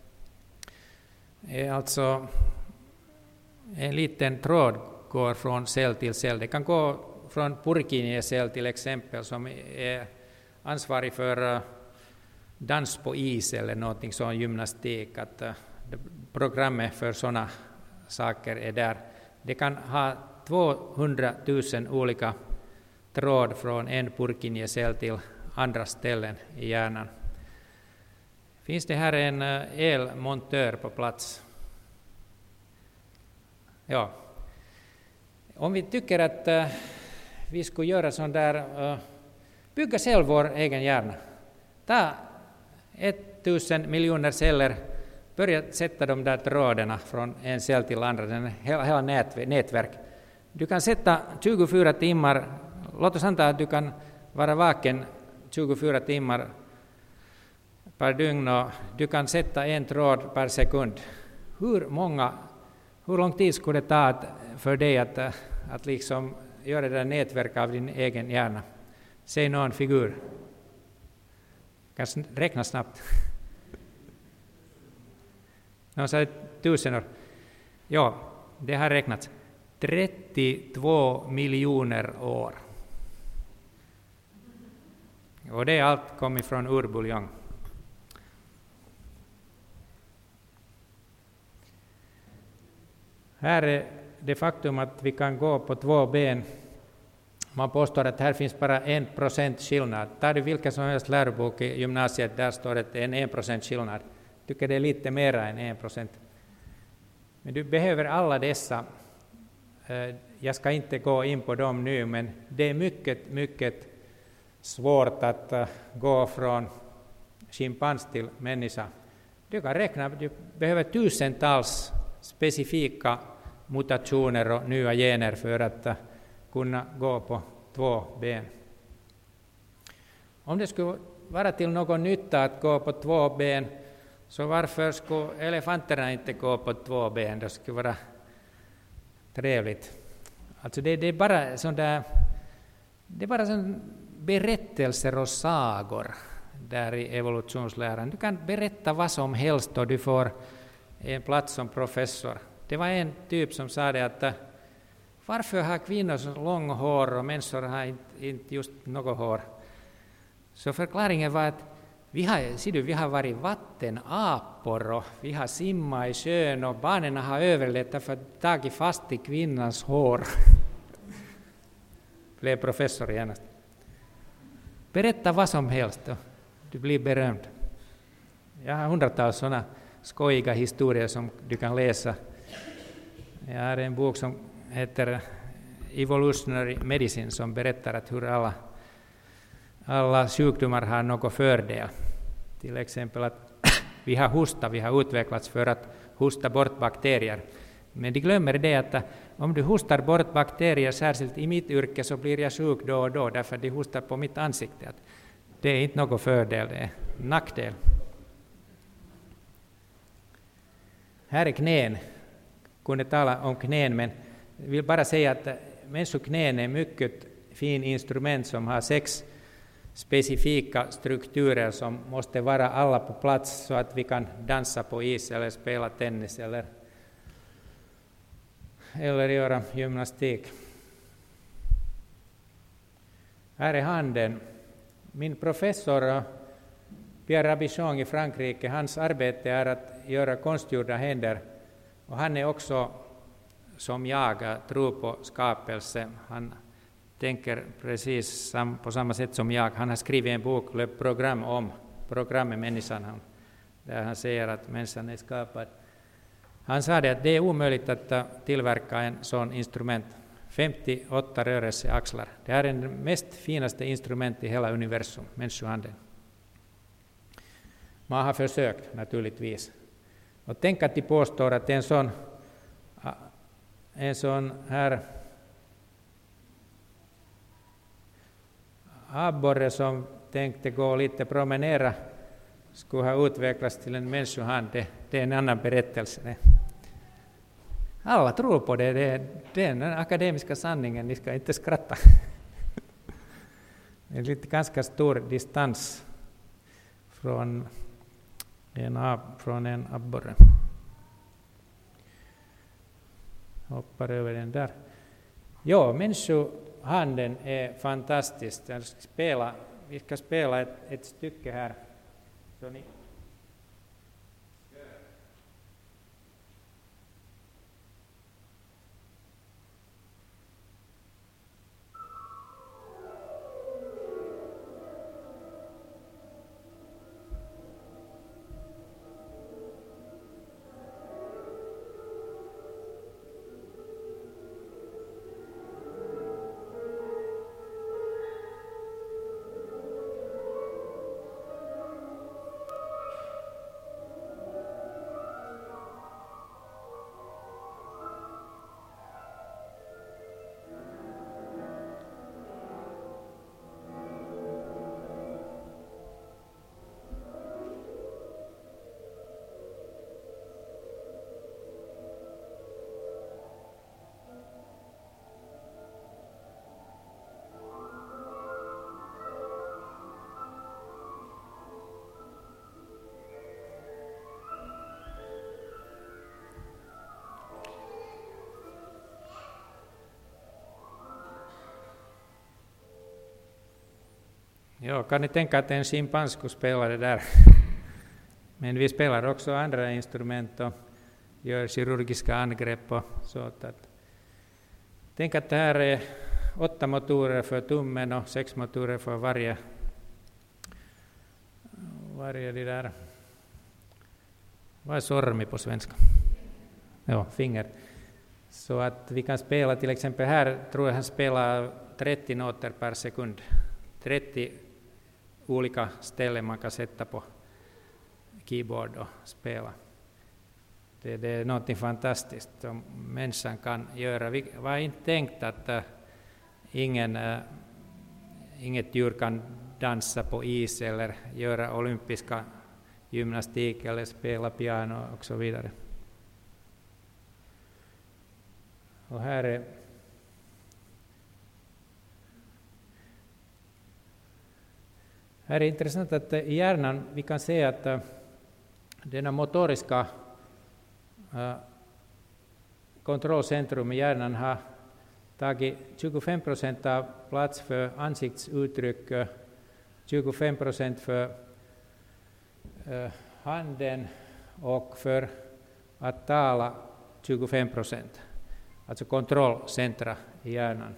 är alltså en liten tråd går från cell till cell. Det kan gå från Purkinje-cell till exempel som är ansvarig för uh, dans på is eller någonting sån gymnastik. Att, uh, programmet för sådana saker är där. Det kan ha tvåhundratusen olika tråd från en Purkinje-cell till andra ställen i hjärnan. Finns det här en uh, elmontör på plats? Ja. Om vi tycker att uh, vi skulle göra sån där, uh, bygga själv vår egen hjärna. Ta tusen miljoner celler, börja sätta de där trådarna från en cell till andra, den hela, hela nät, nätverk. Du kan sätta tjugofyra timmar, låt oss anta att du kan vara vaken tjugofyra timmar per dygn och du kan sätta en tråd per sekund. Hur många, hur lång tid skulle det ta för dig att, att liksom göra det där nätverk av din egen hjärna? Säg någon figur. Kan räkna snabbt. Någon sa tusen år. Ja, det har räknats. trettiotvå miljoner år. Och det är allt kommit från urbuljong. Här är det faktum att vi kan gå på två ben. Man påstår att här finns bara en procent skillnad. Tar du vilken som helst lärobok i gymnasiet, där står det att det är en en procent skillnad. Jag tycker det är lite mer än en procent. Men du behöver alla dessa. Jag ska inte gå in på dem nu, men det är mycket, mycket svårt att gå från schimpans till människa. Du kan räkna, du behöver tusentals specifika mutationer och nya gener för att kunna gå på två ben. Om det skulle vara till någon nytta att gå på två ben, så varför skulle elefanterna inte gå på två ben? Det skulle vara trevligt. Alltså det, det är bara sån där, det är bara sån berättelser och sagor där i evolutionsläran. Du kan berätta vad som helst och du får en plats som professor. Det var en typ som sa det att varför har kvinnor så långt hår och människor har inte, inte just något hår? Så förklaringen var att vi har, ser du, vi har varit vattenapor och vi har simmat i sjön och barnen har överlevt för att tagit fast i kvinnans hår. Blev professor genast. Berätta vad som helst och du blir berömd. Jag har hundratals sådana skojiga historier som du kan läsa. Jag har en bok som heter Evolutionary Medicine som berättar att hur alla, alla sjukdomar har någon fördel. Till exempel att vi har hosta, vi har utvecklats för att hosta bort bakterier. Men de glömmer det att om du hostar bort bakterier, särskilt i mitt yrke, så blir jag sjuk då och då därför att de hostar på mitt ansikte. Det är inte någon fördel, det är nackdel. Här är knän. Kunde tala om knän, men jag vill bara säga att människoknän är mycket fin instrument som har sex specifika strukturer som måste vara alla på plats så att vi kan dansa på is eller spela tennis eller, eller göra gymnastik. Här är handen. Min professor Pierre Rabichon i Frankrike, hans arbete är att göra konstgjorda händer. Och han är också, som jag, tror på skapelse. Han tänker precis sam, på samma sätt som jag. Han har skrivit en bok, Le program om programmet människan, där han säger att människan är skapad. Han sa det att det är omöjligt att tillverka en sån instrument. femtioåtta rörelseaxlar. Det här är det mest finaste instrument i hela universum, människohanden. Man har försökt naturligtvis. Och tänk att de påstår att en sån, en sån här abborre som tänkte gå lite promenera skulle ha utvecklats till en människohand. Det, det är en annan berättelse. Det. Alla tror på det. Det, det är den akademiska sanningen. Ni ska inte skratta. Det är lite ganska stor distans från en, ab, från en abborre. Hoppar över den där. Ja, människohanden är fantastisk. Jag ska spela, vi ska spela ett, ett stycke här. Så ni Ja, kan ni tänka att en schimpans skulle spela det där? Men vi spelar också andra instrument och gör kirurgiska angrepp och så. Att, tänk att det här är åtta motorer för tummen och sex motorer för varje, varje det där. Vad är sormi på svenska? Ja, finger. Så att vi kan spela till exempel här, tror jag han spelar trettio noter per sekund. trettio olika ställen man kan sätta på keyboard och spela. Det, det är något fantastiskt som människan kan göra. Vi var inte tänkt att uh, ingen, uh, inget djur kan dansa på is eller göra olympiska gymnastik eller spela piano och så vidare. Och här är Här är det intressant att i hjärnan vi kan se att uh, denna motoriska uh, kontrollcentrum i hjärnan har tagit tjugofem procent av plats för ansiktsuttryck, uh, tjugofem procent för uh, handen och för att tala tjugofem procent. Alltså kontrollcentra i hjärnan.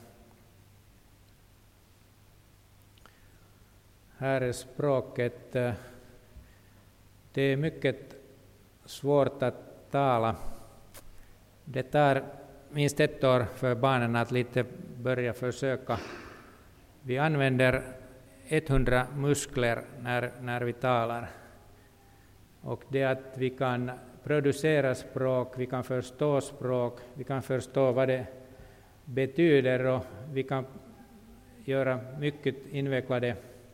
Här är språket. Det är mycket svårt att tala. Det tar minst ett år för barnen att lite börja försöka. Vi använder hundra muskler när, när vi talar. Och det att vi kan producera språk, vi kan förstå språk, vi kan förstå vad det betyder och vi kan göra mycket invecklade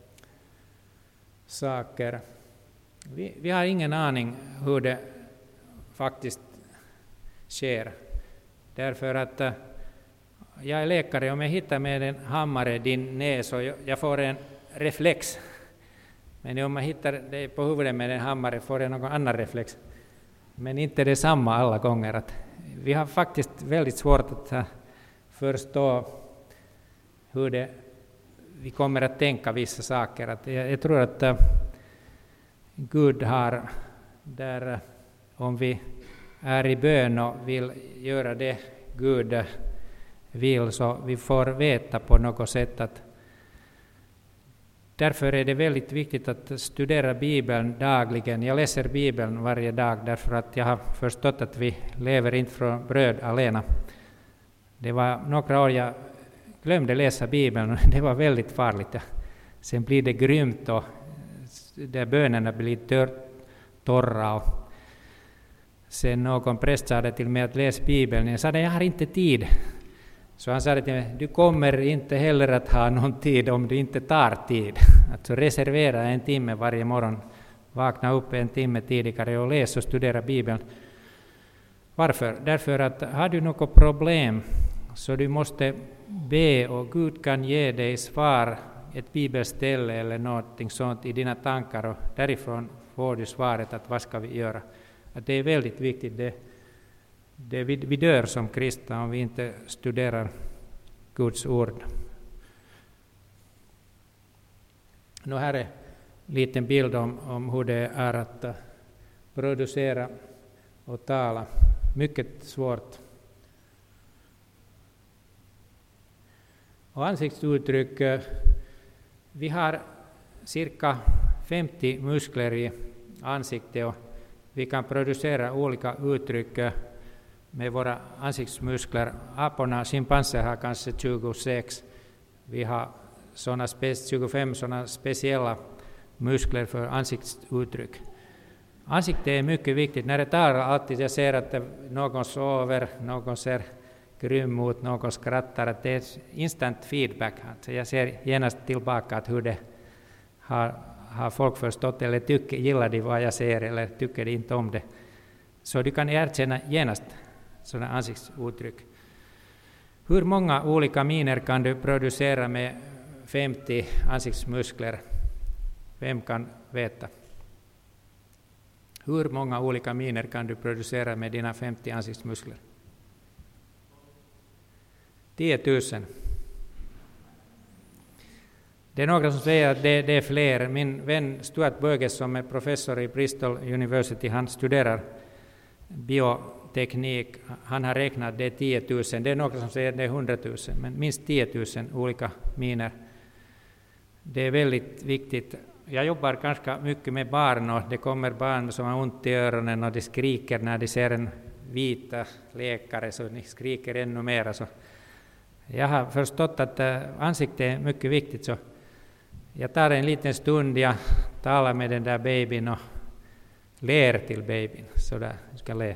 saker. Vi, vi har ingen aning hur det faktiskt sker. Därför att uh, jag är läkare, om jag hittar med en hammare din näs och jag, jag får en reflex. Men om jag hittar dig på huvudet med en hammare får jag någon annan reflex. Men inte det samma alla gånger. Att vi har faktiskt väldigt svårt att uh, förstå hur det vi kommer att tänka vissa saker. Att jag, jag tror att uh, Gud har, där uh, om vi är i bön och vill göra det Gud uh, vill, så vi får veta på något sätt att därför är det väldigt viktigt att studera Bibeln dagligen. Jag läser Bibeln varje dag därför att jag har förstått att vi lever inte från bröd alena. Det var några år jag glömde läsa Bibeln och det var väldigt farligt. Sen blir det grymt och där bönerna blir tör, torra. Och sen någon präst sa det till mig att läsa Bibeln. Jag sa att jag har inte tid. Så han sa till mig, du kommer inte heller att ha någon tid om du inte tar tid. Alltså reservera en timme varje morgon. Vakna upp en timme tidigare och läsa och studera Bibeln. Varför? Därför att har du något problem så du måste be och Gud kan ge dig svar, ett bibelställe eller någonting sånt i dina tankar och därifrån får du svaret att vad ska vi göra. Att det är väldigt viktigt. Det, det, vi, vi dör som kristna om vi inte studerar Guds ord. Nu här är en liten bild om, om hur det är att uh, producera och tala. Mycket svårt. Och ansiktsuttryck. Uh, vi har cirka femtio muskler i ansiktet och vi kan producera olika uttryck uh, med våra ansiktsmuskler. Aporna, schimpanser har kanske tjugosex. Vi har såna spe- tjugofem sådana speciella muskler för ansiktsuttryck. Ansiktet är mycket viktigt. När jag talar alltid, jag ser att någon sover, någon ser grym ut, någon skrattar. Att det är instant feedback. Alltså jag ser genast tillbaka att hur det har, har folk förstått eller tycker, gillar de vad jag ser eller tycker de inte om det. Så du kan erkänna genast sådana ansiktsuttryck. Hur många olika miner kan du producera med femtio ansiktsmuskler? Vem kan veta? Hur många olika miner kan du producera med dina femtio ansiktsmuskler? tio tusen. Det är några som säger att det, det är fler. Min vän Stuart Burgess som är professor i Bristol University, han studerar bioteknik. Han har räknat att det är tio tusen. Det är några som säger att det är hundra tusen, men minst tio tusen olika miner. Det är väldigt viktigt. Jag jobbar ganska mycket med barn och det kommer barn som har ont i öronen och de skriker när de ser en vita läkare så de skriker ännu mer. Så jag har förstått att ansiktet är mycket viktigt så jag tar en liten stund, jag talar med den där babyn och ler till babyn. Sådär, jag ska le.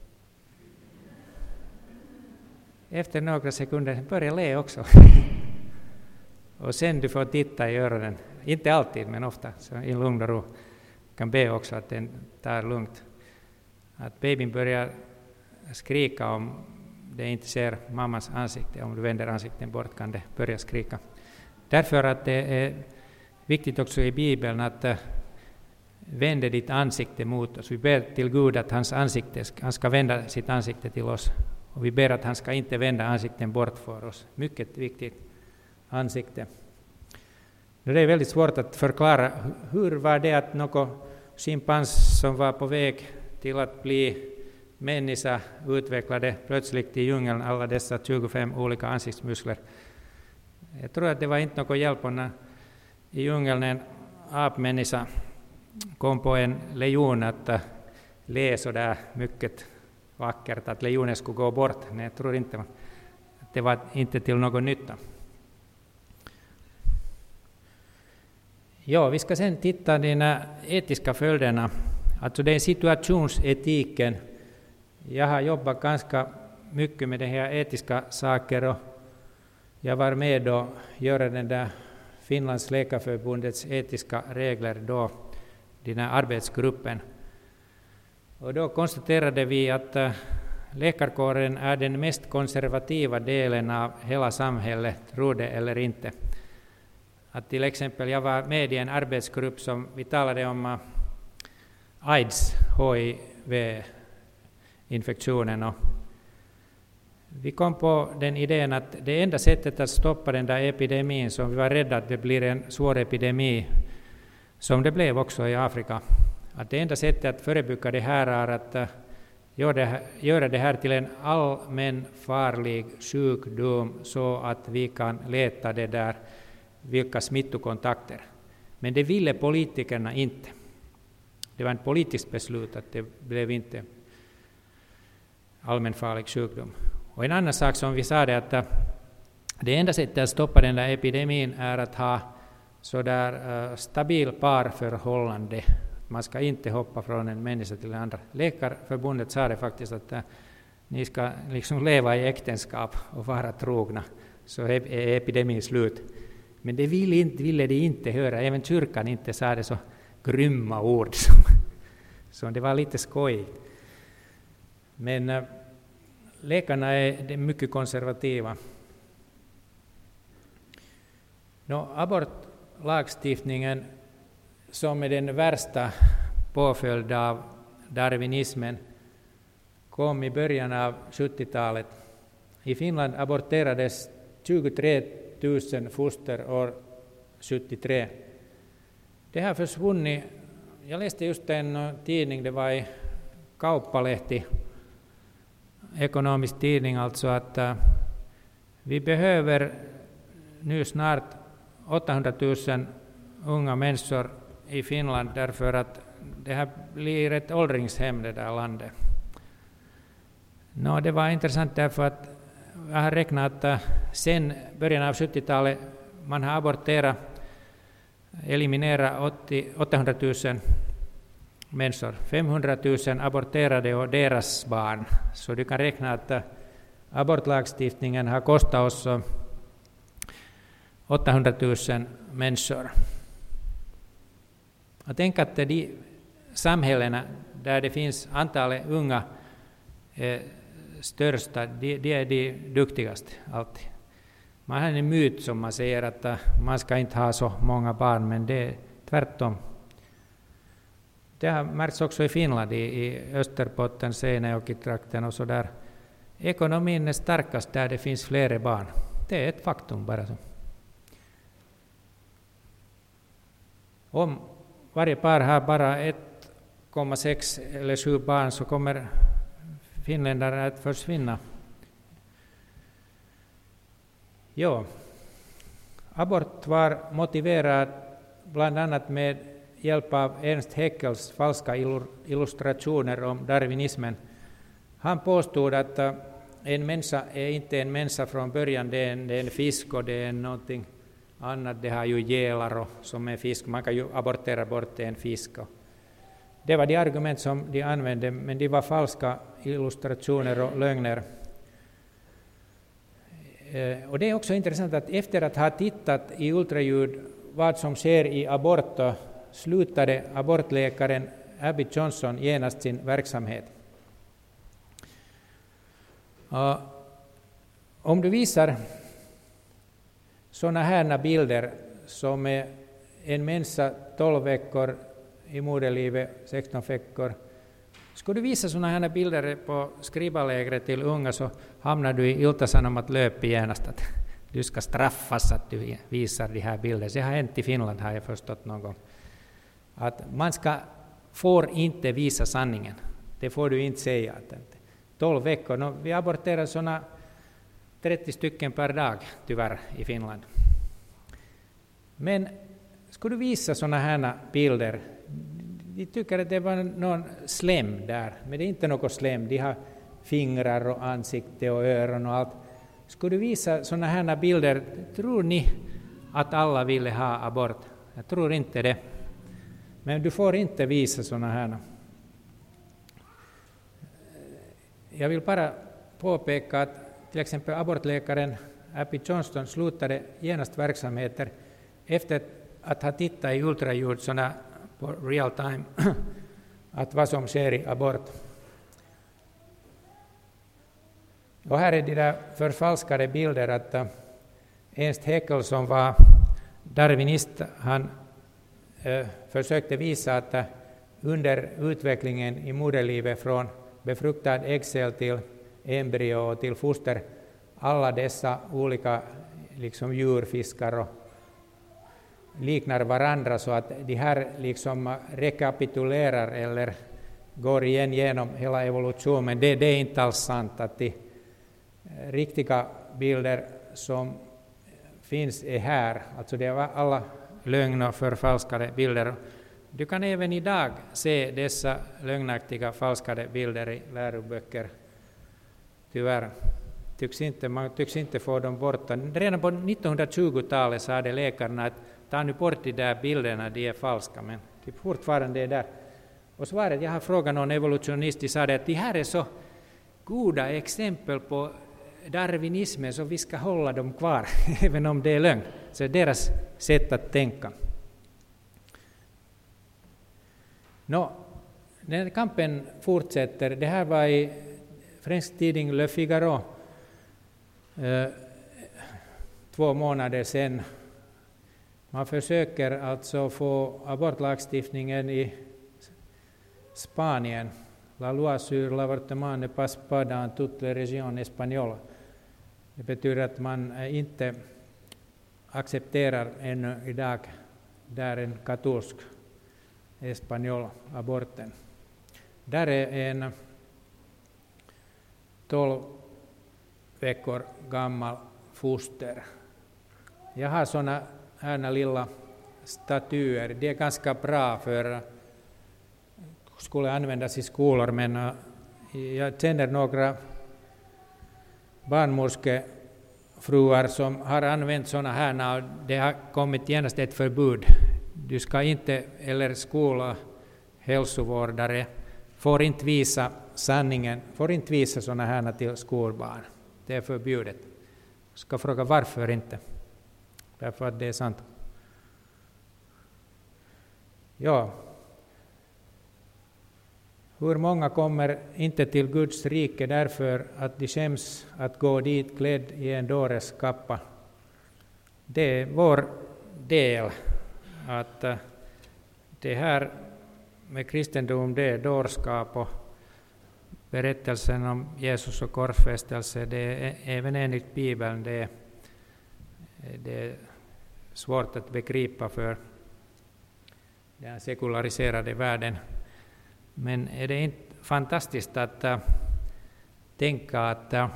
Efter några sekunder börjar le också. Och sen du får titta i öronen. Inte alltid, men ofta. Så i lugn och ro. Kan be också att den tar lugnt. Att babyn börjar skrika om det inte ser mammas ansikte. Om du vänder ansikten bort kan det börja skrika. Därför att det är viktigt också i Bibeln att uh, vända ditt ansikte mot oss. Vi ber till Gud att hans ansikte, han ska vända sitt ansikte till oss. Och vi ber att han ska inte vända ansikten bort för oss. Mycket viktigt ansikte. Det är väldigt svårt att förklara hur var det att någon schimpans som var på väg till att bli människa utvecklade plötsligt i djungeln alla dessa tjugofem olika ansiktsmuskler. Jag tror att det var inte någon hjälp när i djungeln en apmänniska kom på en lejon att le så där mycket vackert att lejonen skulle gå bort. Nej, jag tror inte att det var inte till någon nytta. Ja, vi ska sen titta på de etiska följderna. Alltså det är situationsetiken. Jag har jobbat ganska mycket med de här etiska saker och jag var med och göra den där Finlands läkarförbundets etiska regler då, den här arbetsgruppen. Och då konstaterade vi att läkarkåren är den mest konservativa delen av hela samhället, tror det eller inte. Att till exempel jag var med i en arbetsgrupp som vi talade om AIDS, H I V-infektionen. Och vi kom på den idén att det enda sättet att stoppa den där epidemin som vi var rädda att det blir en svår epidemi, som det blev också i Afrika, att det enda sättet att förebygga det här är att göra det här till en allmän farlig sjukdom så att vi kan leta det där vilka smittokontakter. Men det ville politikerna inte. Det var ett politiskt beslut att det blev inte allmänfarlig sjukdom. Och en annan sak som vi sa det att det enda sättet att stoppa den där epidemin är att ha så där uh, stabil parförhållande. Man ska inte hoppa från en människa till en annan. Läkarförbundet sa det faktiskt att uh, ni ska liksom leva i äktenskap och vara trogna, så är epidemin slut. Men det ville, inte, ville de inte höra, även kyrkan inte sa det så grymma ord. Som, så det var lite skoj. Men uh, läkarna är, är mycket konservativa. No, abortlagstiftningen, som är den värsta påföljd av darwinismen, kom i början av sjuttiotalet. I Finland aborterades tjugotre tusen foster år sjuttiotre. Det har försvunnit. Jag läste just en tidning, det var i Kauppalehti, ekonomisk tidning, alltså att uh, vi behöver nu snart åttahundratusen unga människor i Finland därför att det här blir ett åldringshem det där landet. No, det var intressant därför att jag har räknat att sen början av sjuttiotalet man har aborterat, eliminerat åttahundratusen människor. femhundratusen aborterade och deras barn. Så du kan räkna att abortlagstiftningen har kostat oss åttahundratusen människor. Jag tänker att de samhällena där det finns antalet unga eh, största, de, de är de duktigaste alltid. Man har en myt som man säger att uh, man ska inte ha så många barn, men det är tvärtom. Det har märkts också i Finland, i, i Österbotten, Seinäjoki-trakten och så där. Ekonomin är starkast där det finns fler barn. Det är ett faktum bara så. Om varje par har bara ett komma sex eller sju barn så kommer finländare att försvinna. Jo, abort var motiverad bland annat med hjälp av Ernst Haeckels falska illustrationer om darwinismen. Han påstod att en människa är inte en människa från början, det är en, det är en fisk och det är någonting annat. Det har ju gälar och, som är fisk, man kan ju abortera bort en fisk. Det var de argument som de använde, men de var falska illustrationer och lögner. Och det är också intressant att efter att ha tittat i ultraljud vad som sker i abort slutade abortläkaren Abby Johnson genast sin verksamhet. Och om du visar sådana här bilder som är en människa tolv veckor i moderlivet, sexton veckor. Skulle du visa sådana här bilder på skrivarlägret till unga så hamnar du i Ilta-Sanomat löp genast att du ska straffas att du visar de här bilderna. Det har hänt i Finland, har jag förstått någon gång. Att man ska, får inte visa sanningen. Det får du inte säga. tolv veckor, no, vi aborterar sådana trettio stycken per dag tyvärr i Finland. Men skulle du visa sådana här bilder, de tycker att det var någon slem där, men det är inte något slem. De har fingrar och ansikte och öron och allt. Skulle du visa sådana här bilder, tror ni att alla ville ha abort? Jag tror inte det. Men du får inte visa sådana här. Jag vill bara påpeka att till exempel abortläkaren Abby Johnson slutade genast verksamheter efter att ha tittat i ultraljud sådana på real time att vad som sker i abort. Och här är de där förfalskade bilder att Ernst Haeckel som var darwinist, han äh, försökte visa att äh, under utvecklingen i moderlivet från befruktad äggcell till embryo och till foster, alla dessa olika liksom djurfiskar och liknar varandra så att de här liksom rekapitulerar eller går igen genom hela evolutionen. Men det, det är inte alls sant att de riktiga bilder som finns är här. Alltså det är alla lögn och förfalskade bilder. Du kan även idag se dessa lögnaktiga falskade bilder i läroböcker, tyvärr. tycks inte, man tycks inte få dem borta. Redan på nittonhundratjugotalet sa de läkarna att ta nu bort de där bilderna, de är falska, men typ fortfarande är där. Och svaret, jag har frågat någon evolutionist, de sa att de här är så goda exempel på darwinismen så vi ska hålla dem kvar, även om det är lögn. Så det är deras sätt att tänka. Nå, den kampen fortsätter. Det här var i fransk tidning Le Figaro eh, två månader sedan. Man försöker alltså få abortlagstiftningen i Spanien. La loi sur l'avortement ne passe pas dans toute la région espagnole. Det betyder att man inte accepterar ännu idag där en katolsk espanjol aborten. Där är en tolv veckor gammal foster. Jag har såna här lilla statyer. Det är ganska bra för skulle användas i skolor, men jag känner några barnmorskefruar som har använt såna här och det har kommit genast ett förbud. Du ska inte, eller skola, hälsovårdare, får inte visa sanningen, får inte visa såna här till skolbarn. Det är förbjudet. Jag ska fråga varför inte. Därför att det är sant. Ja. Hur många kommer inte till Guds rike därför att de skäms att gå dit klädd i en dåres kappa? Det är vår del att det här med kristendom, det är dårskap och berättelsen om Jesus och korsfästelse, det är även enligt Bibeln, det är, det är svårt att begripa för den sekulariserade världen. Men är det inte fantastiskt att uh, tänka att uh,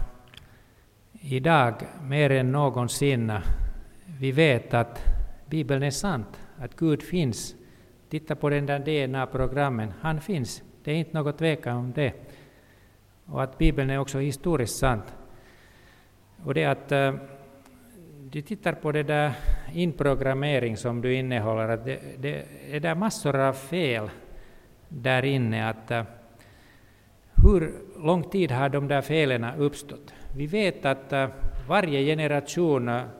idag mer än någonsin uh, vi vet att Bibeln är sant, att Gud finns. Titta på den där D N A-programmen, han finns. Det är inte något tvekan om det. Och att Bibeln är också historiskt sant. Och det att uh, du tittar på det där inprogrammering som du innehåller, att det, det är där massor av fel där inne, att uh, hur lång tid har de där felen uppstått? Vi vet att uh, varje generation uh,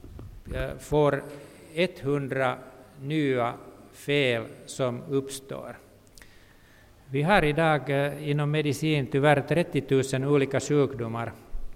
får hundra nya fel som uppstår. Vi har idag uh, inom medicin tyvärr trettio tusen olika sjukdomar.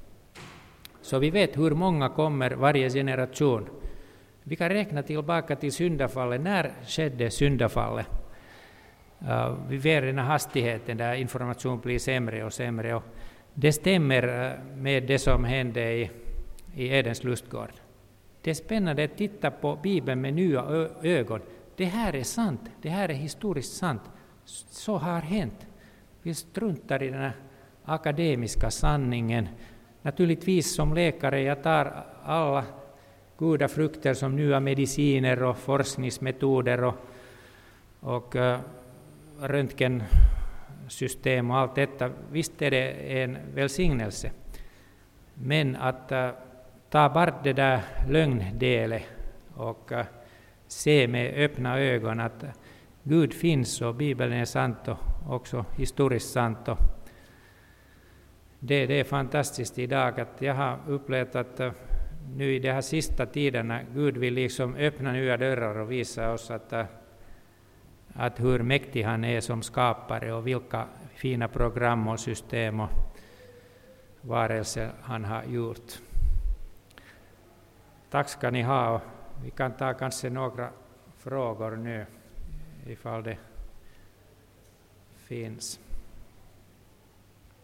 Så vi vet hur många kommer varje generation. Vi kan räkna tillbaka till syndafallet. När skedde syndafallet? Uh, vi vet den hastigheten där information blir sämre och sämre. Och det stämmer uh, med det som hände i, i Edens lustgård. Det är spännande att titta på Bibeln med nya ö- ögon. Det här är sant. Det här är historiskt sant. Så har hänt. Vi struntar i den här akademiska sanningen. Naturligtvis som läkare jag tar alla goda frukter som nya mediciner och forskningsmetoder och, och uh, röntgensystem och allt detta. Visst är det en välsignelse. Men att uh, ta bort det där lögndelen och uh, se med öppna ögon att uh, Gud finns och Bibeln är sant och också historiskt sant. Och det, det är fantastiskt idag att jag har upplevt att uh, nu i de här sista tiderna Gud vill liksom öppna nya dörrar och visa oss att uh, att hur mäktig han är som skapare och vilka fina program och system och varelser han har gjort. Tack ska ni ha, och vi kan ta kanske några frågor nu ifall det finns.